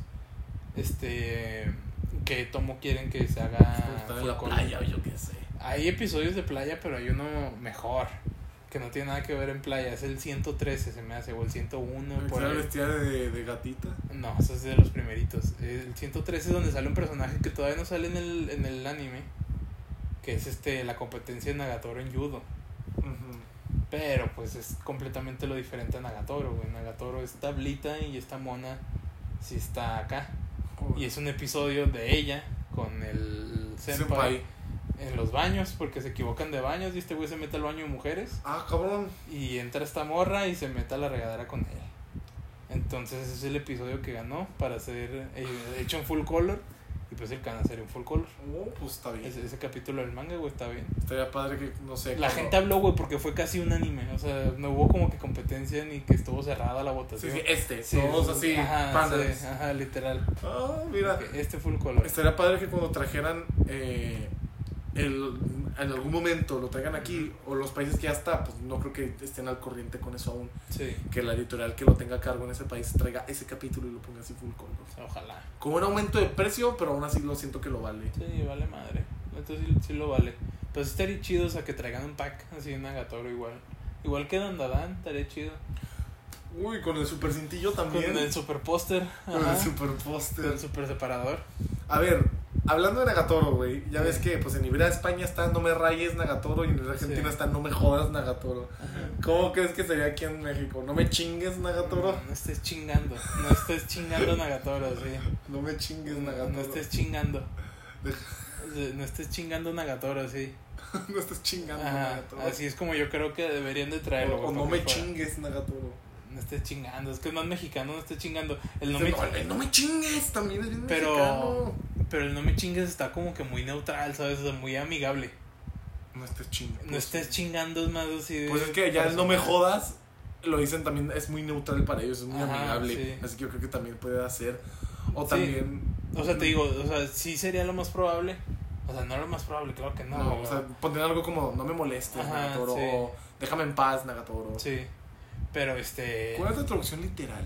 ¿qué tomo quieren que se haga full en la color? Playa, o yo qué sé. Hay episodios de playa, pero hay uno mejor, que no tiene nada que ver en playa. Es el 113, se me hace, o el 101. ¿Está vestida de gatita? No, eso es de los primeritos. El 113 es donde sale un personaje que todavía no sale en el anime, que es la competencia de Nagatoro en judo. Pero pues es completamente lo diferente a Nagatoro, güey. Nagatoro es tablita y esta mona sí está acá. Y es un episodio de ella con el senpai en los baños, porque se equivocan de baños y este güey se mete al baño de mujeres. Ah, cabrón. Y entra esta morra y se mete a la regadera con él. Entonces ese es el episodio que ganó para ser hecho en full color. Y pues el que van a hacer en full color. Pues está bien. Ese capítulo del manga, güey, está bien. Estaría padre que, no sé. La gente habló, güey, porque fue casi un anime. O sea, no hubo como que competencia ni que estuvo cerrada la votación. Sí, todos así, pandas. Sí, ajá, literal. Mira. Full color. Estaría padre que cuando trajeran en algún momento lo traigan aquí, o los países que ya está, pues no creo que estén al corriente con eso aún. Sí. Que la editorial que lo tenga a cargo en ese país traiga ese capítulo y lo ponga así full color. Ojalá. Con un aumento de precio, pero aún así lo siento que lo vale. Sí, vale madre. Entonces sí lo vale. Pues estaría chido, o sea, que traigan un pack así en Nagatoro igual. Igual que Dandadan, estaría chido. Uy, con el super cintillo también. Con el super póster. Con el super póster. Con el super separador. A ver, hablando de Nagatoro, güey, ya ves que pues en Ibrea, España está No me rayes Nagatoro y en Argentina está No me jodas Nagatoro. Ajá. ¿Cómo crees que sería aquí en México? ¿No me chingues Nagatoro? No estés chingando. No estés chingando Nagatoro, sí. No me chingues Nagatoro. No estés chingando. No estés chingando Nagatoro, sí. No estés chingando Nagatoro. Así es como yo creo que deberían de traerlo. O no me chingues Nagatoro. No estés chingando, es que es más mexicano, no estés chingando. El no me chingues también es bien mexicano. Pero el no me chingues está como que muy neutral, ¿sabes? O sea, muy amigable. No estés chingando. No estés chingando, es más así de... Pues es que ya el no me jodas, lo dicen también, es muy neutral para ellos, es muy amigable. Sí. Así que yo creo que también puede hacer. O también... O sea, te digo, o sea, sí sería lo más probable. O sea, no lo más probable, claro que no. No, o sea, poner algo como no me molestes, Nagatoro, o déjame en paz, Nagatoro. Sí. Pero ¿Cuál es la traducción literal?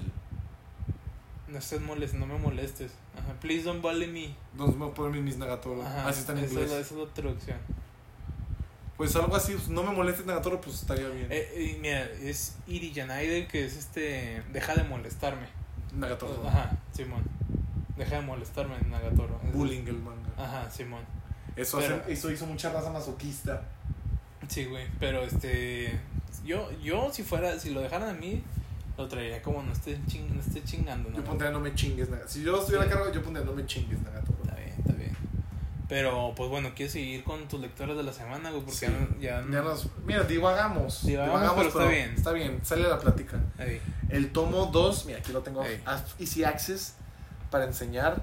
No me molestes. Ajá. Please don't bully me. Don't bother me, Miss Nagatoro. Ajá. Así está en inglés. Esa es la traducción. Pues algo así, pues, no me molestes Nagatoro, pues estaría bien. Mira, es Iri Yanaide, que es deja de molestarme. Nagatoro. Ajá, Simón. Deja de molestarme, Nagatoro. Bullying el manga. Ajá, simón. Eso hizo mucha raza masoquista. Sí, güey, pero yo si lo dejaran a mí, lo traería como no esté chingando, ¿no? Yo pondría no me chingues, Nagato. Si yo estuviera a cargo, yo pondría no me chingues, Nagato. Está bien. Pero, pues bueno, ¿quieres seguir con tus lectores de la semana, güey? Porque sí. Mira, divagamos, pero está bien. Está bien, sale la plática. Ahí. El tomo 2, mira, aquí lo tengo, Easy Access, para enseñar.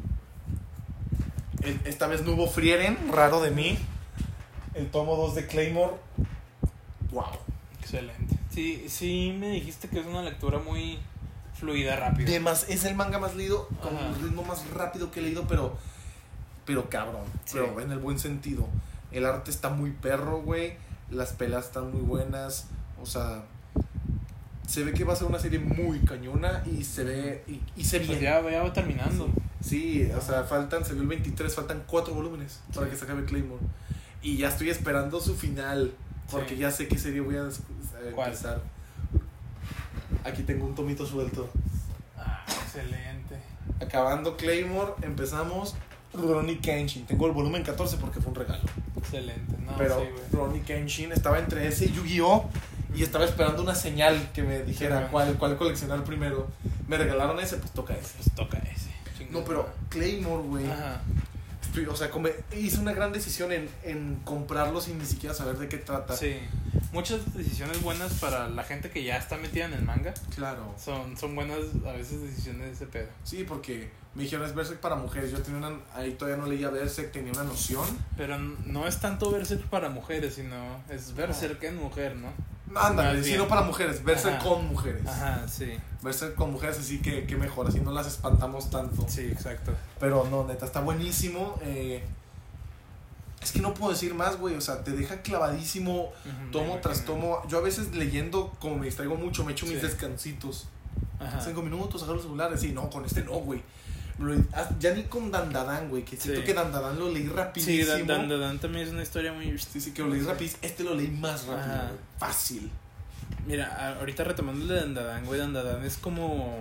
Esta vez no hubo Frieren, raro de mí. El tomo 2 de Claymore. Wow. Excelente. Sí me dijiste que es una lectura muy fluida, rápida. Es el manga más leído, con el ritmo más rápido que he leído, pero cabrón, sí. Pero en el buen sentido. El arte está muy perro, güey. Las peleas están muy buenas. O sea, se ve que va a ser una serie muy cañona y se ve pues bien. Ya va terminando. Sí, o sea, se vio el 23, faltan 4 volúmenes para que se acabe Claymore. Y ya estoy esperando su final, porque ya sé qué serie voy a empezar. Aquí tengo un tomito suelto. Excelente. Acabando Claymore, empezamos Rurouni Kenshin. Tengo el volumen 14 porque fue un regalo. Excelente. Pero sí, Rurouni Kenshin estaba entre ese y Yu-Gi-Oh! Y estaba esperando una señal que me dijera cuál coleccionar primero. Me regalaron ese, pues toca ese. No, pero Claymore, güey. O sea, hice una gran decisión en comprarlo sin ni siquiera saber de qué trata. Sí. Muchas decisiones buenas para la gente que ya está metida en el manga. Claro. Son buenas a veces decisiones de ese pedo. Sí, porque me dijeron es Berserk para mujeres. Yo ahí todavía no leía Berserk, tenía una noción. Pero no es tanto Berserk para mujeres, sino es Berserk en mujer, ¿no? Ándale, sino para mujeres, Berserk con mujeres. Ajá, sí. Berserk con mujeres, así que mejor, así no las espantamos tanto. Sí, exacto. Pero no, neta, está buenísimo. Es que no puedo decir más, güey. O sea, te deja clavadísimo tomo tras tomo. Yo a veces leyendo, como me distraigo mucho, me echo mis descansitos. 5 minutos, agarro el celular. Así, no, con este no, güey. Ya ni con Dandadan, güey. Que siento que Dandadan lo leí rapidísimo. Sí, Dandadan también es una historia muy... Sí, que lo leí rapidísimo. Este lo leí más rápido, güey. Fácil. Mira, ahorita retomando el de Dandadan, güey. Dandadan es como...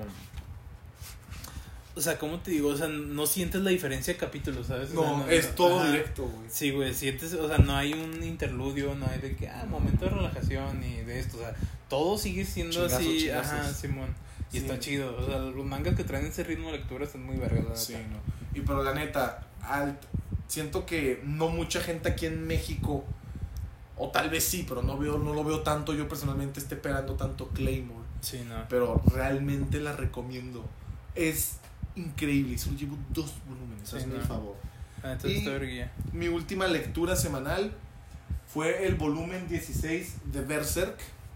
O sea, ¿cómo te digo? O sea, no sientes la diferencia de capítulos, ¿sabes? No, es todo directo, güey. Sí, güey, sientes, o sea, no hay un interludio, no hay de que, momento de relajación y de esto, o sea, todo sigue siendo así, Simón. Y está chido, o sea, los mangas que traen ese ritmo de lectura están muy vergas, la neta. Sí, no. Y pero la neta, siento que no mucha gente aquí en México, o tal vez sí, pero no lo veo tanto, yo personalmente esté esperando tanto Claymore. Sí, no. Pero realmente la recomiendo. Es increíble, solo llevo 2 volúmenes, hazme el favor. Entonces mi última lectura semanal fue el volumen 16 de Berserk,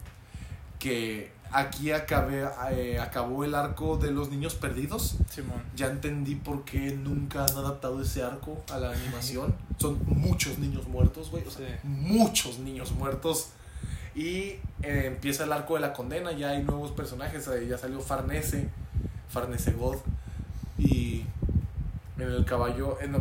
que aquí acabó el arco de los niños perdidos. Simón. Ya entendí por qué nunca han adaptado ese arco a la animación. Son muchos niños muertos, güey, o sea, muchos niños muertos. Y empieza el arco de la condena, ya hay nuevos personajes, ya salió Farnese God. Y en el caballo es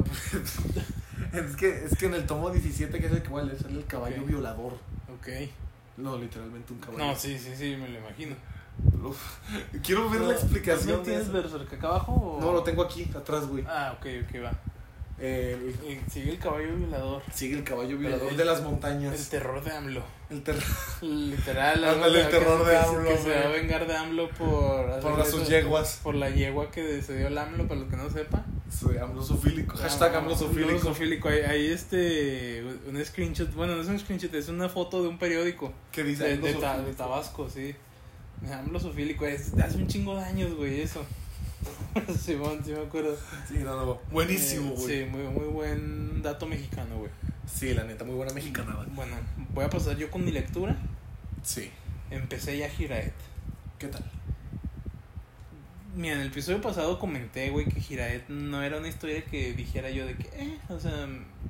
que en el tomo 17, que es el que voy a leer, sale el caballo violador. No, literalmente un caballo. No, sí, me lo imagino. Quiero ver la explicación. ¿No tienes Berserk acá abajo? ¿O? No, lo tengo aquí, atrás, güey. Ok, va. Sigue el caballo violador. Sigue el caballo violador de las montañas. El terror de AMLO. Literal. El terror de AMLO. Que se va a vengar de AMLO por sus yeguas. Por la yegua que se dio el AMLO, para los que no sepan. Soy amlosofílico. Hashtag amlosofílico. Hay un screenshot. Bueno, no es un screenshot, es una foto de un periódico. ¿Qué dice? De Tabasco, sí. Amlosofílico. Hace un chingo de años, güey, eso. Simón, sí me acuerdo. Sí, no. Buenísimo, güey. Sí, muy, muy buen dato mexicano, güey. Sí, la neta, muy buena mexicanada. Bueno, voy a pasar yo con mi lectura. Sí. Empecé ya Hiraet. ¿Qué tal? Mira, en el episodio pasado comenté, güey, que Hiraet no era una historia que dijera yo de que, o sea,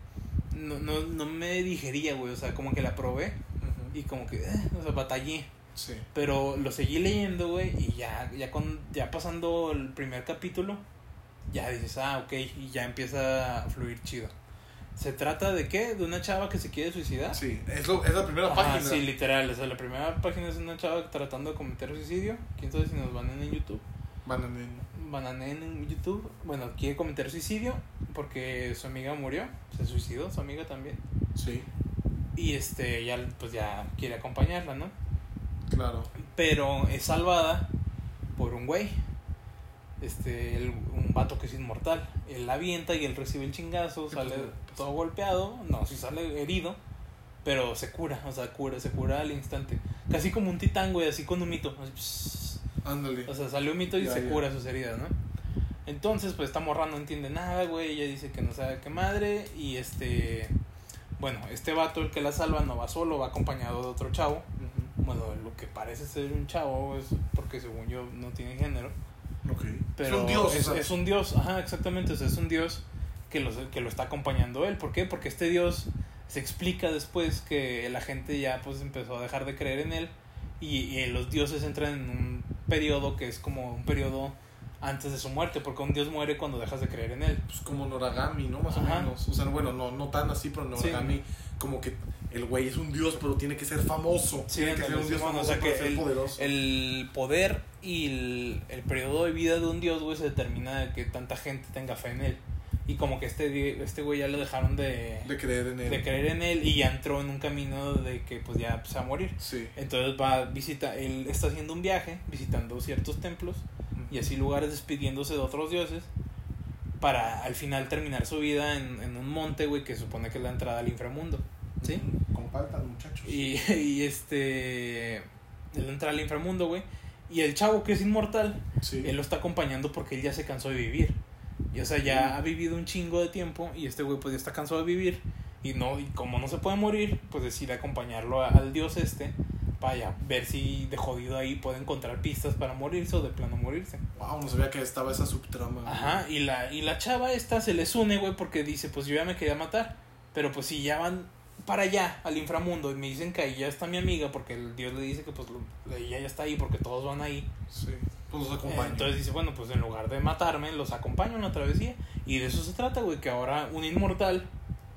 no me digería, güey, o sea, como que la probé y como que, o sea, batallé. Sí. Pero lo seguí leyendo, güey, y ya pasando el primer capítulo, ya dices, ok, y ya empieza a fluir chido. ¿Se trata de qué? ¿De una chava que se quiere suicidar? Sí, es la primera página. Sí, literal, o sea, la primera página es una chava tratando de cometer suicidio. ¿Quién sabe si nos van en YouTube? Van banané en YouTube. Bueno, quiere cometer suicidio porque su amiga murió. Se suicidó, su amiga también. Sí. Y ya, pues ya quiere acompañarla, ¿no? Claro. Pero es salvada por un güey. Un vato que es inmortal. Él la avienta y él recibe el chingazo, sale todo golpeado. No, sí sale herido, pero se cura, o sea, se cura al instante. Casi como un titán, güey, así con un mito. Ándale. O sea, salió un mito y se cura sus heridas, ¿no? Entonces, pues esta morra no entiende nada, güey. Ella dice que no sabe qué madre. Y bueno, este vato, el que la salva, no va solo, va acompañado de otro chavo. Uh-huh. Bueno, lo que parece ser un chavo es porque según yo no tiene género. Okay. Pero es un dios. Es un dios, ajá, exactamente. O sea, es un dios que lo está acompañando él. ¿Por qué? Porque este dios se explica después que la gente ya pues empezó a dejar de creer en él. Y los dioses entran en un periodo que es como un periodo antes de su muerte, porque un dios muere cuando dejas de creer en él. Pues como Noragami, ¿no? Más o menos. O sea, bueno, no tan así, pero Noragami, sí. Como que el güey es un dios, pero tiene que ser famoso. Sí, tiene que ser un dios famoso, o sea, para ser poderoso. El poder y el periodo de vida de un dios, güey, se determina de que tanta gente tenga fe en él. Y como que este güey ya lo dejaron de creer en él. De creer en él y ya entró en un camino de que pues ya se va a morir. Sí. Entonces él está haciendo un viaje, visitando ciertos templos y así lugares, despidiéndose de otros dioses para al final terminar su vida en un monte, güey, que supone que es la entrada al inframundo. ¿Sí? Compartan, muchachos. Y él entra al inframundo, güey. Y el chavo que es inmortal, sí, él lo está acompañando porque él ya se cansó de vivir. Y o sea, ya ha vivido un chingo de tiempo y este güey pues ya está cansado de vivir y como no se puede morir, pues decide acompañarlo al dios para ver si de jodido ahí puede encontrar pistas para morirse o de plano morirse. Wow, no sabía que estaba esa subtrama. Ajá, y la chava se les une, güey, porque dice, pues yo ya me quería matar, pero pues si ya van para allá, al inframundo, y me dicen que ahí ya está mi amiga, porque el dios le dice que pues ella ya está ahí porque todos van ahí. Sí. Los acompaña. Entonces dice, bueno, pues en lugar de matarme, los acompaño en una travesía. Y de eso se trata, güey, que ahora un inmortal,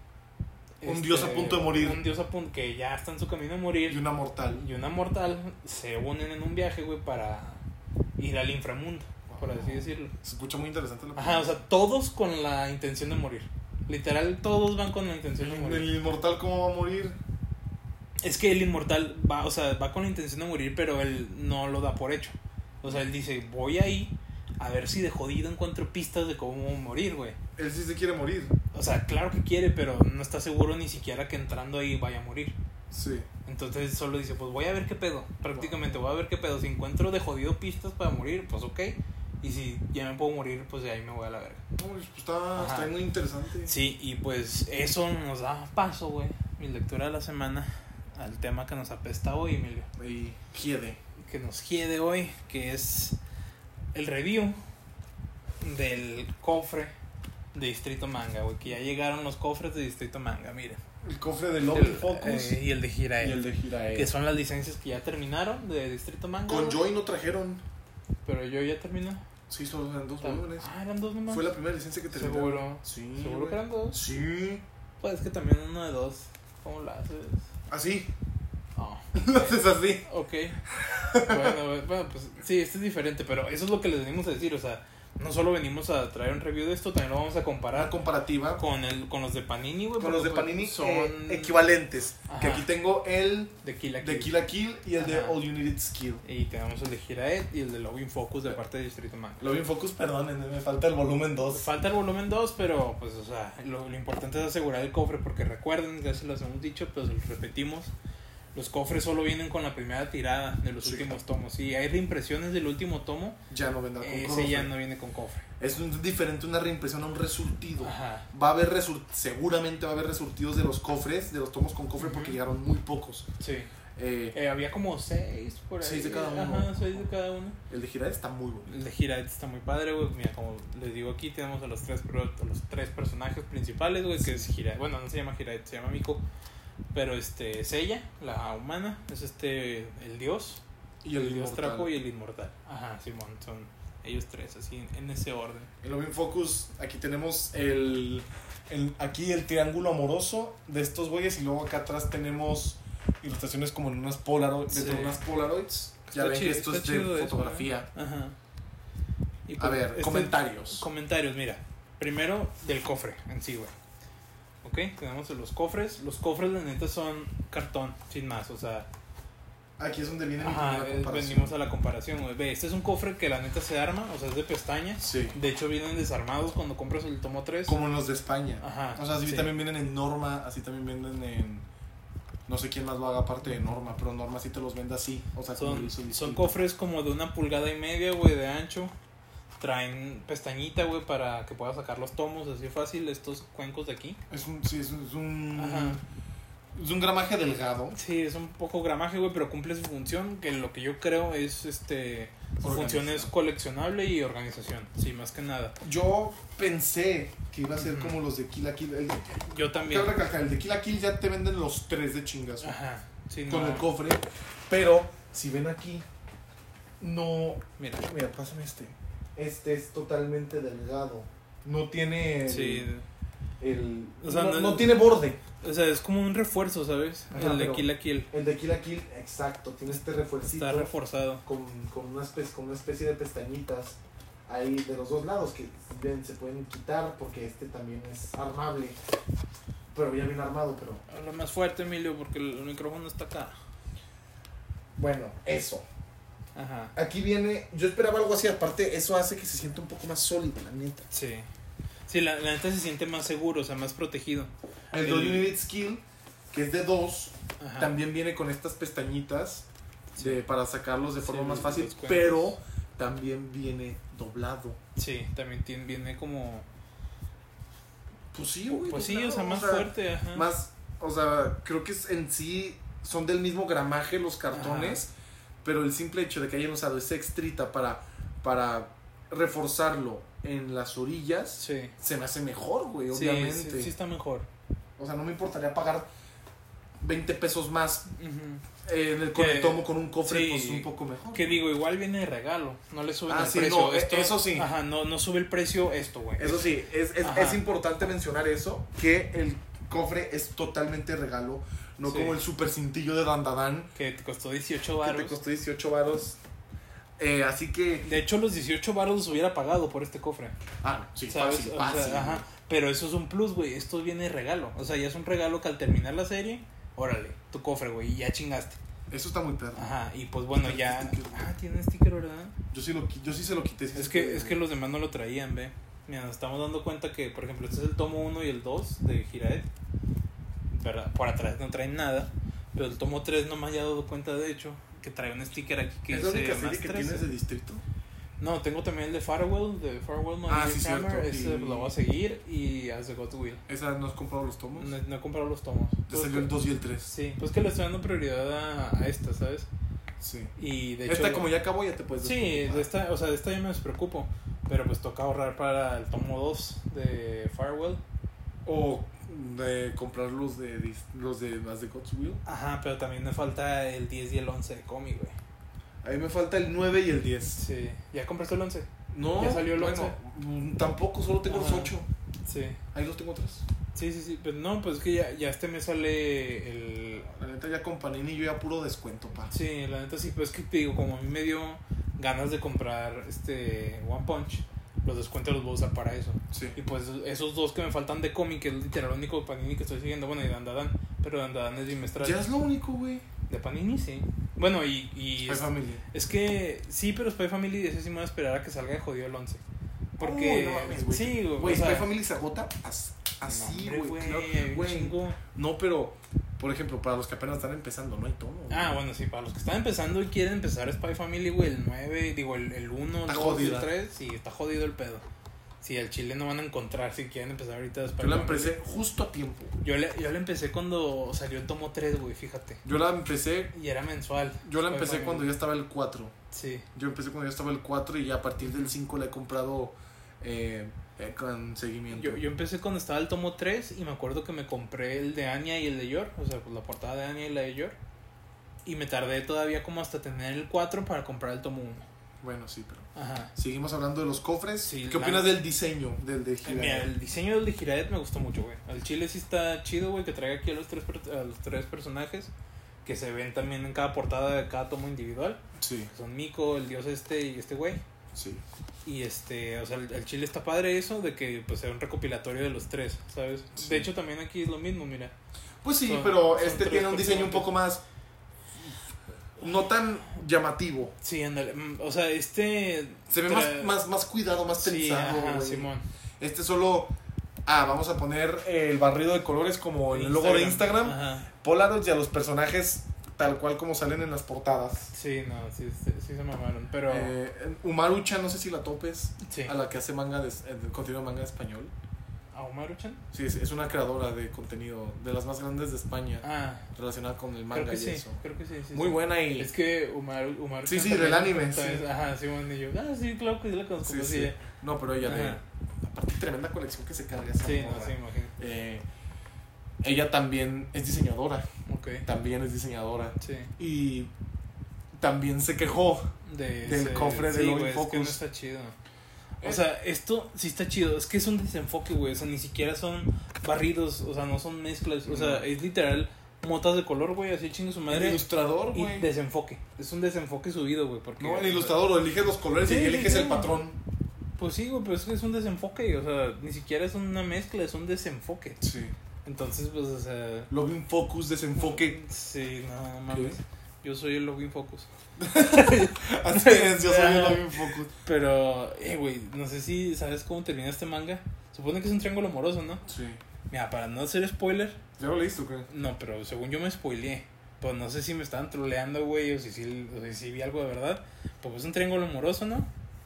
un dios a punto de morir, un dios a punto que ya está en su camino a morir, y una mortal se unen en un viaje, güey, para ir al inframundo, por así decirlo. Se escucha muy interesante la película. Ajá, o sea, todos con la intención de morir. Literal, todos van con la intención de morir. ¿El inmortal cómo va a morir? Es que el inmortal va con la intención de morir, pero él no lo da por hecho. O sea, él dice, voy ahí a ver si de jodido encuentro pistas de cómo morir, güey. Él sí se quiere morir. O sea, claro que quiere, pero no está seguro ni siquiera que entrando ahí vaya a morir. Sí. Entonces solo dice, pues voy a ver qué pedo. Prácticamente voy a ver qué pedo. Si encuentro de jodido pistas para morir, pues ok. Y si ya me puedo morir, pues de ahí me voy a la verga. No, pues está muy interesante. Sí, y pues eso nos da paso, güey, mi lectura de la semana, al tema que nos apesta hoy, Emilio. Y que nos hiede hoy, que es el review del cofre de Distrito Manga, güey, que ya llegaron los cofres de Distrito Manga, miren. El cofre de Love Focus y el de Hirae. Que son las licencias que ya terminaron de Distrito Manga. Con Joy no trajeron. Pero Joy ya terminó. Sí, solo eran 2 volúmenes. Eran 2 nomás. Fue la primera licencia que terminó. ¿Seguro? Sí. ¿Seguro que eran 2? Sí. Pues es que también uno de 2. ¿Cómo lo haces? ¿Así? Oh. Lo haces así. Ok. Bueno, pues sí, este es diferente, pero eso es lo que les venimos a decir, o sea, no solo venimos a traer un review de esto, también lo vamos a comparar. Una comparativa. Con los de Panini, güey. Con los de Panini son equivalentes. Ajá. Que aquí tengo el de Kill la Kill y el de All You Need Is Kill. Y tenemos el de Hirae y el de Love in Focus de parte de Distrito Manga. Love in Focus, perdón, me falta el volumen 2. Falta el volumen 2, pero pues, o sea, lo importante es asegurar el cofre, porque recuerden, ya se los hemos dicho, pero los repetimos. Los cofres solo vienen con la primera tirada de los últimos tomos. Si hay reimpresiones del último tomo, ya no vendrá con cofre. Ese ya no viene con cofre. Es diferente una reimpresión a un resurtido. Ajá. Va a haber seguramente va a haber resurtidos de los cofres, de los tomos con cofre, porque llegaron muy pocos. Sí. Había como 6 por ahí. 6 de cada uno. Ajá, 6 de cada uno. El de Hirae está muy bueno. El de Hirae está muy padre, güey. Mira, como les digo aquí, tenemos a los tres personajes principales, güey, que es Hirae. Bueno, no se llama Hirae, se llama Miko. Pero Seiya, la humana, es el dios. Y el dios Trapo y el inmortal. Ajá, Simón, son ellos tres, así en ese orden. En Love in Focus, aquí tenemos aquí el triángulo amoroso de estos güeyes. Y luego acá atrás tenemos ilustraciones como en unas Polaroids. Sí. Dentro de unas Polaroids. Ya ven que esto es de fotografía. Ajá. Y A ver, comentarios. Comentarios, mira. Primero, del cofre en sí, güey. Ok, tenemos los cofres. Los cofres, la neta, son cartón, sin más, o sea... Aquí es donde viene Ajá, venimos a la comparación, güey. Ve, este es un cofre que la neta se arma, o sea, es de pestaña. Sí. De hecho, vienen desarmados cuando compras el tomo 3. Como en los de España. Ajá. O sea, así también vienen en Norma, así también venden en... No sé quién más lo haga aparte de Norma, pero Norma sí te los vende así. O sea, son cofres como de 1,5 pulgadas, güey, de ancho. Traen pestañita, güey, para que puedas sacar los tomos así fácil, estos cuencos de aquí. Es un... Ajá. Es un gramaje delgado. Sí, es un poco gramaje, güey, pero cumple su función, que lo que yo creo es, su función es coleccionable y organización, sí, más que nada. Yo pensé que iba a ser como los de Kill la Kill. Yo también. Cabe recalcar, el de Kill la Kill ya te venden los 3 de chingazo. Ajá, sí, con el cofre, pero si ven aquí, no... Mira, pásame este. Este es totalmente delgado. No tiene... Sí. O sea, no tiene borde. O sea, es como un refuerzo, ¿sabes? Ajá, el de Kill la Kill. El de Kill la Kill, exacto. Tiene este refuercito. Está reforzado. Con una especie de pestañitas ahí de los dos lados que bien se pueden quitar porque este también es armable. Pero ya bien armado, pero... Habla más fuerte, Emilio, porque el micrófono está acá. Bueno, eso. Ajá. Aquí viene... Yo esperaba algo así. Aparte, eso hace que se sienta un poco más sólido, la neta. Sí. Sí, la neta se siente más seguro, o sea, más protegido. El All You Need Skill, que es de 2, también viene con estas pestañitas para sacarlos de forma más fácil, pero también viene doblado. Sí, también viene como... Pues sí, güey. Pues sí, o sea, más fuerte, ajá. Más, o sea, creo que en sí son del mismo gramaje los cartones, pero el simple hecho de que hayan usado esa extrita para reforzarlo en las orillas, se me hace mejor, güey, obviamente. Sí está mejor. O sea, no me importaría pagar 20 pesos más con el tomo, con un cofre, pues un poco mejor. Que digo, igual viene de regalo, no le suben el sí, precio. No, eso sí. Ajá, no sube el precio esto, güey. Eso sí, es importante mencionar eso, que el cofre es totalmente regalo, no como el super cintillo de Dandadan. Que te costó 18 varos. Que te costó 18 varos. Así que... De hecho, los 18 varos los hubiera pagado por este cofre. Sí, ¿sabes? fácil. O sea, pero eso es un plus, güey. Esto viene de regalo. O sea, ya es un regalo que al terminar la serie, órale, tu cofre, güey, y ya chingaste. Eso está muy perro. Ajá, y pues bueno, ya... Tiene sticker, ¿verdad? Yo sí se lo quité. Es que los demás no lo traían, ve. Mira, nos estamos dando cuenta que, por ejemplo, este es el tomo 1 y el 2 de Hiraed, ¿verdad? Por atrás no traen nada. Pero el tomo 3 no me haya dado cuenta, de hecho, que trae un sticker aquí que dice... ¿Es la única serie que tienes de Distrito? No, tengo también el de Farewell, sí, cierto. Ese lo voy a seguir, y As the God Will. ¿Esa no has comprado los tomos? No he comprado los tomos. Te salió el 2 y el 3. Sí, pues que le estoy dando prioridad a esta, ¿sabes? Sí. Y de hecho... Esta como ya acabó ya te puedes... Sí, de esta ya me despreocupo. Pero pues toca ahorrar para el tomo 2 de Farewell. O de comprar los de As the God's Will. Ajá, pero también me falta el 10 y el 11 de cómic, güey. A mí me falta el 9 y el 10. Sí. ¿Ya compraste el 11? No. ¿Ya salió el 11? Tampoco, solo tengo los 8. Sí. Ahí los tengo atrás. Sí. Pero no, pues es que ya este mes sale el... La neta ya con Panini yo ya puro descuento, pa. Sí, la neta sí, pues es que te digo, como a mí me dio ganas de comprar One Punch, los descuentos los voy a usar para eso. Sí. Y pues esos dos que me faltan de cómic, que es literal el único Panini que estoy siguiendo, bueno, y Dandadan, pero Dandadan es bimestral. Ya es lo único, güey. De Panini, sí. Bueno, y Spy Family. Es que sí, pero Spy Family, ese sí me voy a esperar a que salga de jodido el 11. Porque... no mames, güey. Sí, güey. Spy Family se agota así, güey. Claro, no, pero... Por ejemplo, para los que apenas están empezando, no hay tomo. Bueno, sí, para los que están empezando y quieren empezar Spy Family, güey, el 9, digo, el 1, el 2, el 3, sí, está jodido el pedo. Sí, al chile no van a encontrar si quieren empezar ahorita Spy Family. Yo la Family. empecé justo a tiempo. Yo la empecé cuando salió el tomo 3, güey, fíjate. Yo la empecé... Y era mensual. Yo la empecé cuando ya estaba el 4. Sí. Yo empecé cuando ya estaba el 4 y a partir del 5 la he comprado... con seguimiento. Yo empecé cuando estaba el tomo 3 y me acuerdo que me compré el de Anya y el de Yor, o sea, pues la portada de Anya y la de Yor, y me tardé todavía como hasta tener el 4 para comprar el tomo 1. Bueno, sí, pero ajá. Seguimos hablando de los cofres. Sí, ¿Qué opinas del diseño del de Hiraed? Mira, el diseño del de Hiraed me gustó mucho, güey. El chile sí está chido, güey, que traiga aquí a los tres personajes que se ven también en cada portada de cada tomo individual. Sí. Que son Miko, el dios y este güey. Sí. Y o sea, el chile está padre eso de que pues sea un recopilatorio de los tres, ¿sabes? Sí. De hecho, también aquí es lo mismo, mira. Pues sí, pero tiene un diseño un poco más... No tan llamativo. Sí, ándale. O sea, se ve más cuidado, más pensado. Sí, ajá, Simón. Solo... vamos a poner el barrido de colores como en el logo de Instagram. Ajá. Polaroid y a los personajes tal cual como salen en las portadas. Sí, no, sí se mamaron, pero... Umaru-chan, no sé si la topes. Sí. A la que hace contenido de manga español. ¿A Umaru-chan? Sí, es una creadora de contenido de las más grandes de España. Relacionada con el manga y eso. Creo que sí. Muy buena y... Es que Umaru-chan... Sí, del anime. Sí. Ajá, Simón y yo. Sí, claro que sí la conozco. Sí. No, pero ella aparte tremenda colección que se carga esa moda. Sí, imagino. Ella también es diseñadora. Okay. También es diseñadora. Sí. Y también se quejó del cofre de Loving Focus. Es que no está chido. O sea, esto sí está chido. Es que es un desenfoque, güey. O sea, ni siquiera son barridos. O sea, no son mezclas. O sea, es literal motas de color, güey. Así chingue su madre. El ilustrador, güey. Y desenfoque. Es un desenfoque subido, güey. No, el ilustrador lo eliges los colores y eliges el patrón. Pues sí, güey, pero es un desenfoque. O sea, ni siquiera es una mezcla, es un desenfoque. Sí. Entonces, pues, o sea... Loving Focus, desenfoque. Sí, no mames. Yo soy el Loving Focus. Así es, yo soy el Loving Focus. Pero, güey, no sé si sabes cómo termina este manga. Supone que es un triángulo amoroso, ¿no? Sí. Mira, para no hacer spoiler... ¿Ya lo leíste o qué? No, pero según yo me spoileé. Pues no sé si me estaban troleando, güey, o si vi algo de verdad. Pues es un triángulo amoroso, ¿no?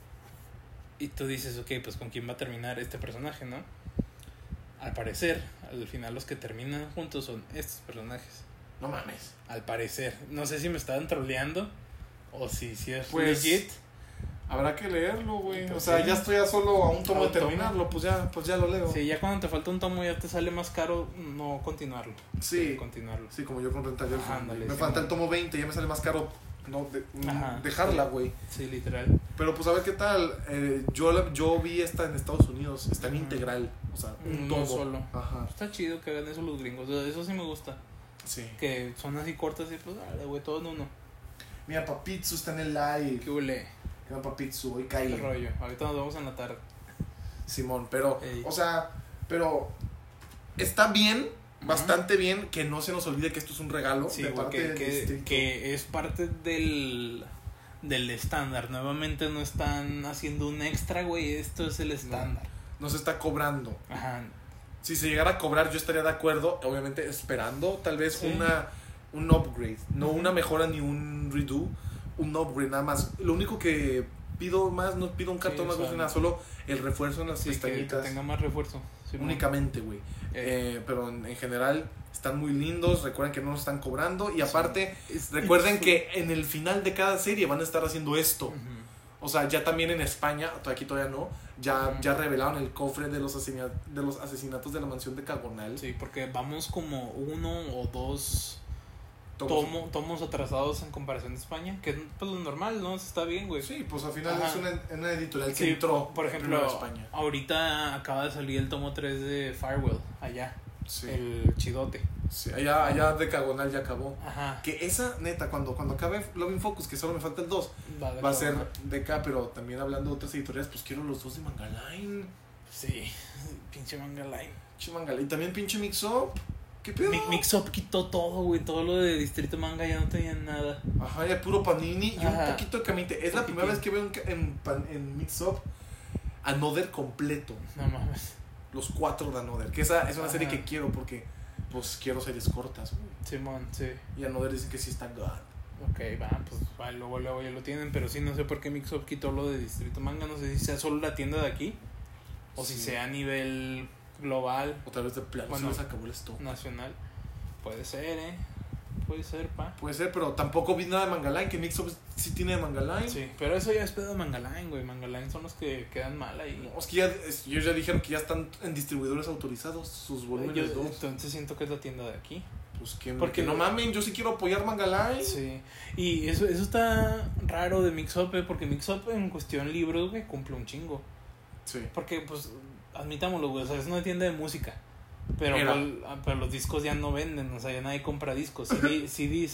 Y tú dices, ok, pues ¿con quién va a terminar este personaje, no? Al parecer, al final los que terminan juntos son estos personajes. No mames. Al parecer. No sé si me estaban troleando o si es pues, legit. Habrá que leerlo, güey. Pues o sea, ya estoy solo a un tomo de terminarlo, pues ya lo leo. Sí, ya cuando te falta un tomo ya te sale más caro no continuarlo. Sí. Continuarlo. Sí, como yo con Rentario. Me falta el tomo 20, ya me sale más caro dejarla, güey. Sí, literal. Pero pues a ver qué tal. Yo vi esta en Estados Unidos, está en integral. O sea, un tomo solo. Ajá. Está chido que hagan eso los gringos. O sea, eso sí me gusta. Sí. Que son así cortas y pues, dale, güey, todo en uno. Mira, Papitsu está en el live. ¿Qué huele? ¿Qué va, Papitsu? Hoy cae. ¿Qué rollo? Ahorita nos vemos en la tarde. Simón, pero, o sea, está bien, bastante bien, que no se nos olvide que esto es un regalo. Sí, de parte del distrito. Que es parte del estándar. Nuevamente no están haciendo un extra, güey, esto es el estándar. No se está cobrando. Ajá. Si se llegara a cobrar, yo estaría de acuerdo, obviamente esperando tal vez un upgrade, no una mejora ni un redo, un upgrade nada más. Lo único que pido más, no pido un cartón más, nada, solo el refuerzo en las pestañitas. Que tenga más refuerzo. Sí, únicamente, güey. Pero en general están muy lindos, recuerden que no nos están cobrando y aparte recuerden que en el final de cada serie van a estar haciendo esto. Uh-huh. O sea, ya también en España, aquí todavía no, ya revelaron el cofre de los asesinatos de la mansión de Cagonal. Sí, porque vamos como 1 o 2 tomos atrasados en comparación de España, que es pues lo normal, ¿no? Está bien, güey. Sí, pues al final es una editorial que entró, por ejemplo, a España. Ahorita acaba de salir el tomo 3 de Firewall, allá, el chidote. Sí, allá de Cagonal ya acabó. Ajá. Que esa, neta, cuando acabe Loving Focus, que solo me falta el 2, va a ser DK, pero también hablando de otras editoriales, pues quiero los 2 de Manga Line. Sí, pinche Manga Line. Y también pinche Mix Up. ¿Qué pedo? Mix Up quitó todo, güey, todo lo de Distrito Manga ya no tenían nada. Ajá, ya puro Panini y un poquito de Camite. Es la primera vez que veo en Mix Up Another completo. No mames. Los 4 de Another, que esa es una serie que quiero porque pues quiero series cortas, güey. Simón, sí. Y Another dice que sí está God. Ok, pues luego ya lo tienen, pero sí, no sé por qué Mix Up quitó lo de Distrito Manga, no sé si sea solo la tienda de aquí o si sea a nivel global. O tal vez de plano se les acabó el stock. Nacional. Puede ser, Puede ser, Puede ser, pero tampoco vi nada de Manga Line, que Mix Up sí tiene de Manga Line. Sí, pero eso ya es pedo de Manga Line, güey. Manga Line son los que quedan mal ahí. No, es que ellos ya dijeron que ya están en distribuidores autorizados sus volúmenes 2. Entonces siento que es la tienda de aquí. Pues porque no mamen, yo sí quiero apoyar Manga Line. Sí, y eso está raro de Mix Up, porque Mix Up en cuestión libros, güey, cumple un chingo. Sí. Porque, pues, admitámoslo, güey, o sea, es una tienda de música. Pero los discos ya no venden, o sea, ya nadie compra discos. CDs,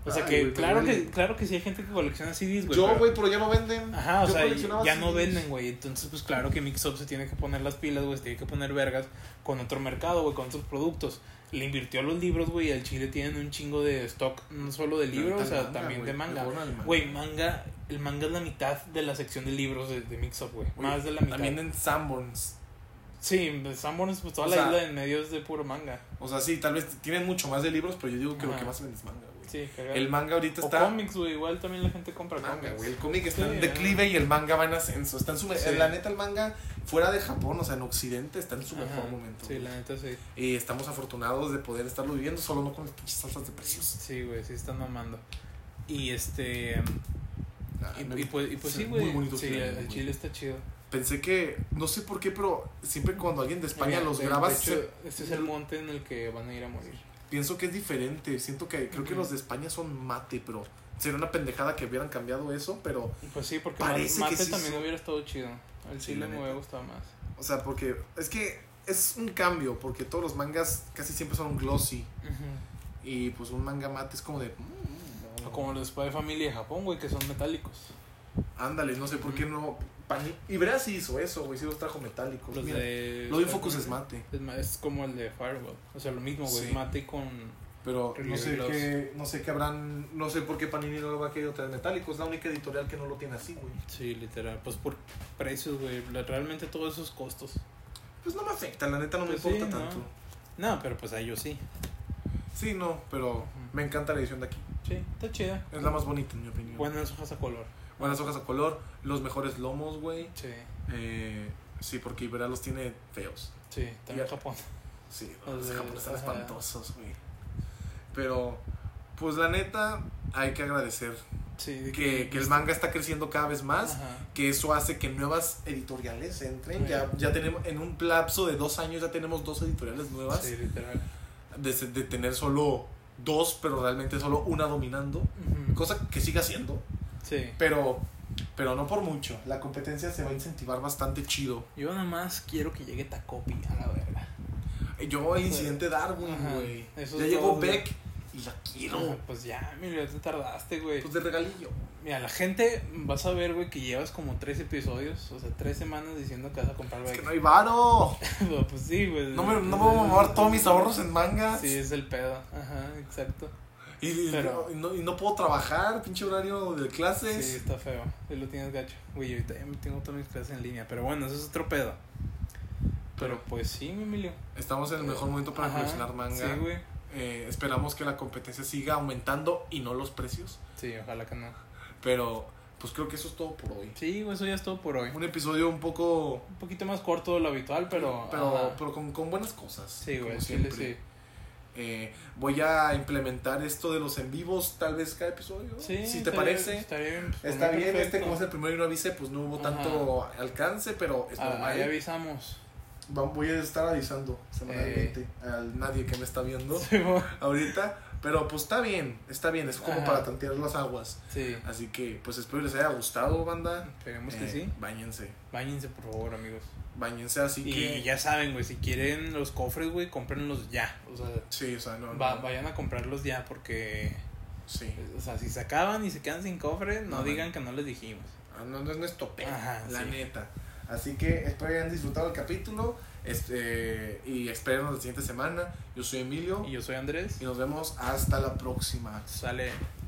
O sea que, claro que sí hay gente que colecciona CDs, güey. Yo, güey, pero ya no venden. Ajá, o yo sea, ya CDs. no venden, güey. Entonces, pues claro que Mix-Up se tiene que poner las pilas, güey. Se tiene que poner vergas con otro mercado, güey, con otros productos. Le invirtió a los libros, güey, y al Chile tienen un chingo de stock, no solo de libros, o sea, manga, también de manga. Güey, el manga es la mitad de la sección de libros de Mix-Up, güey. Más de la mitad. También en Sanborns. Sí, Sanborns, pues toda la isla en medio es de puro manga. O sea, sí, tal vez tienen mucho más de libros, pero yo digo que lo que más venden es manga, güey. Sí, cagado. El manga ahorita está... O cómics, güey, igual también la gente compra cómics. Güey, el cómic está en declive y el manga va en ascenso. Está en su... La neta, el manga fuera de Japón, o sea, en Occidente, está en su mejor momento. Sí, la neta, sí. Y estamos afortunados de poder estarlo viviendo, solo no con las pinches altas de precios. Sí, güey, sí están mamando. Y pues sí, güey. Sí, el Chile está chido. Pensé que, no sé por qué, pero siempre cuando alguien de España los graba... De hecho, este es el monte en el que van a ir a morir. Pienso que es diferente, siento que creo que los de España son mate, pero sería una pendejada que hubieran cambiado eso, pero... Pues sí, porque mate que sí también hubiera estado chido. El Chile me hubiera gustado más. O sea, porque es que es un cambio, porque todos los mangas casi siempre son glossy. Y pues un manga mate es como de... O como los Spy Family de Japón, güey, que son metálicos. Ándale, no sé por qué no... Ibrea sí hizo eso, güey, sí los trajo metálicos. Los de Focus es mate. Es como el de Fireball. O sea, lo mismo, güey, sí. Mate con... Pero no sé qué habrán... No sé por qué Panini no lo va a querer traer metálico. Es la única editorial que no lo tiene así, güey. Sí, literal. Pues por precios, güey. Realmente todos esos costos. Pues no me afecta, la neta no me importa tanto. No, pero pues a ellos sí. Sí, no, pero me encanta la edición de aquí. Sí, está chida. Es la más bonita, en mi opinión. Buenas hojas a color. Buenas hojas a color, los mejores lomos, güey. Sí. Sí, porque Ibrea los tiene feos. Sí, también Japón. Sí, los de Japón están espantosos, güey. Pero, pues la neta, hay que agradecer que el manga está creciendo cada vez más. Que eso hace que nuevas editoriales entren. Ya tenemos, en un lapso de 2 años ya tenemos 2 editoriales nuevas. Sí, literal. De tener solo 2, pero realmente solo una dominando. Cosa que sigue haciendo. Sí. Pero no por mucho. La competencia se va a incentivar bastante chido. Yo nada más quiero que llegue Takopi a la verga. Yo el incidente Darwin, güey. Ya llegó Beck y la quiero. Pues ya, mira, te tardaste, güey. Pues de regalillo. Mira, la gente vas a ver, güey, que llevas como 3 episodios, o sea, 3 semanas diciendo que vas a comprar Beck. Es que no hay varo. Pues sí, güey. No me voy a mover todos mis ahorros en mangas. Sí, es el pedo. Ajá, exacto. Pero no puedo trabajar, pinche horario de clases. Sí, está feo. Sí lo tienes gacho. Güey, ahorita ya tengo todas mis clases en línea. Pero bueno, eso es otro pedo. Pero pues sí, mi Emilio. Estamos en el mejor momento para coleccionar manga. Sí, güey. Esperamos que la competencia siga aumentando y no los precios. Sí, ojalá que no. Pero pues creo que eso es todo por hoy. Sí, güey, eso ya es todo por hoy. Un episodio un poquito más corto de lo habitual, pero con buenas cosas. Sí, güey, siempre. Sí. Voy a implementar esto de los en vivos tal vez cada episodio. Sí, si te parece. Está bien. Está bien, como es el primero y no avisé, pues no hubo tanto alcance, pero es normal. Ahí avisamos. Voy a estar avisando semanalmente a nadie que me está viendo ahorita. Pero pues está bien, es como para tantear las aguas. Sí. Así que pues espero les haya gustado, banda. Esperemos que sí. Báñense, por favor, amigos. Báñense, así que... Y ya saben, güey, si quieren los cofres, güey, cómprenlos ya. O sea, sí, o sea, no. Vayan a comprarlos ya porque... Sí. O sea, si se acaban y se quedan sin cofre, no digan que no les dijimos. No es tope, la neta. Así que espero que hayan disfrutado el capítulo. Y espérenos la siguiente semana. Yo soy Emilio. Y yo soy Andrés. Y nos vemos hasta la próxima. Sale.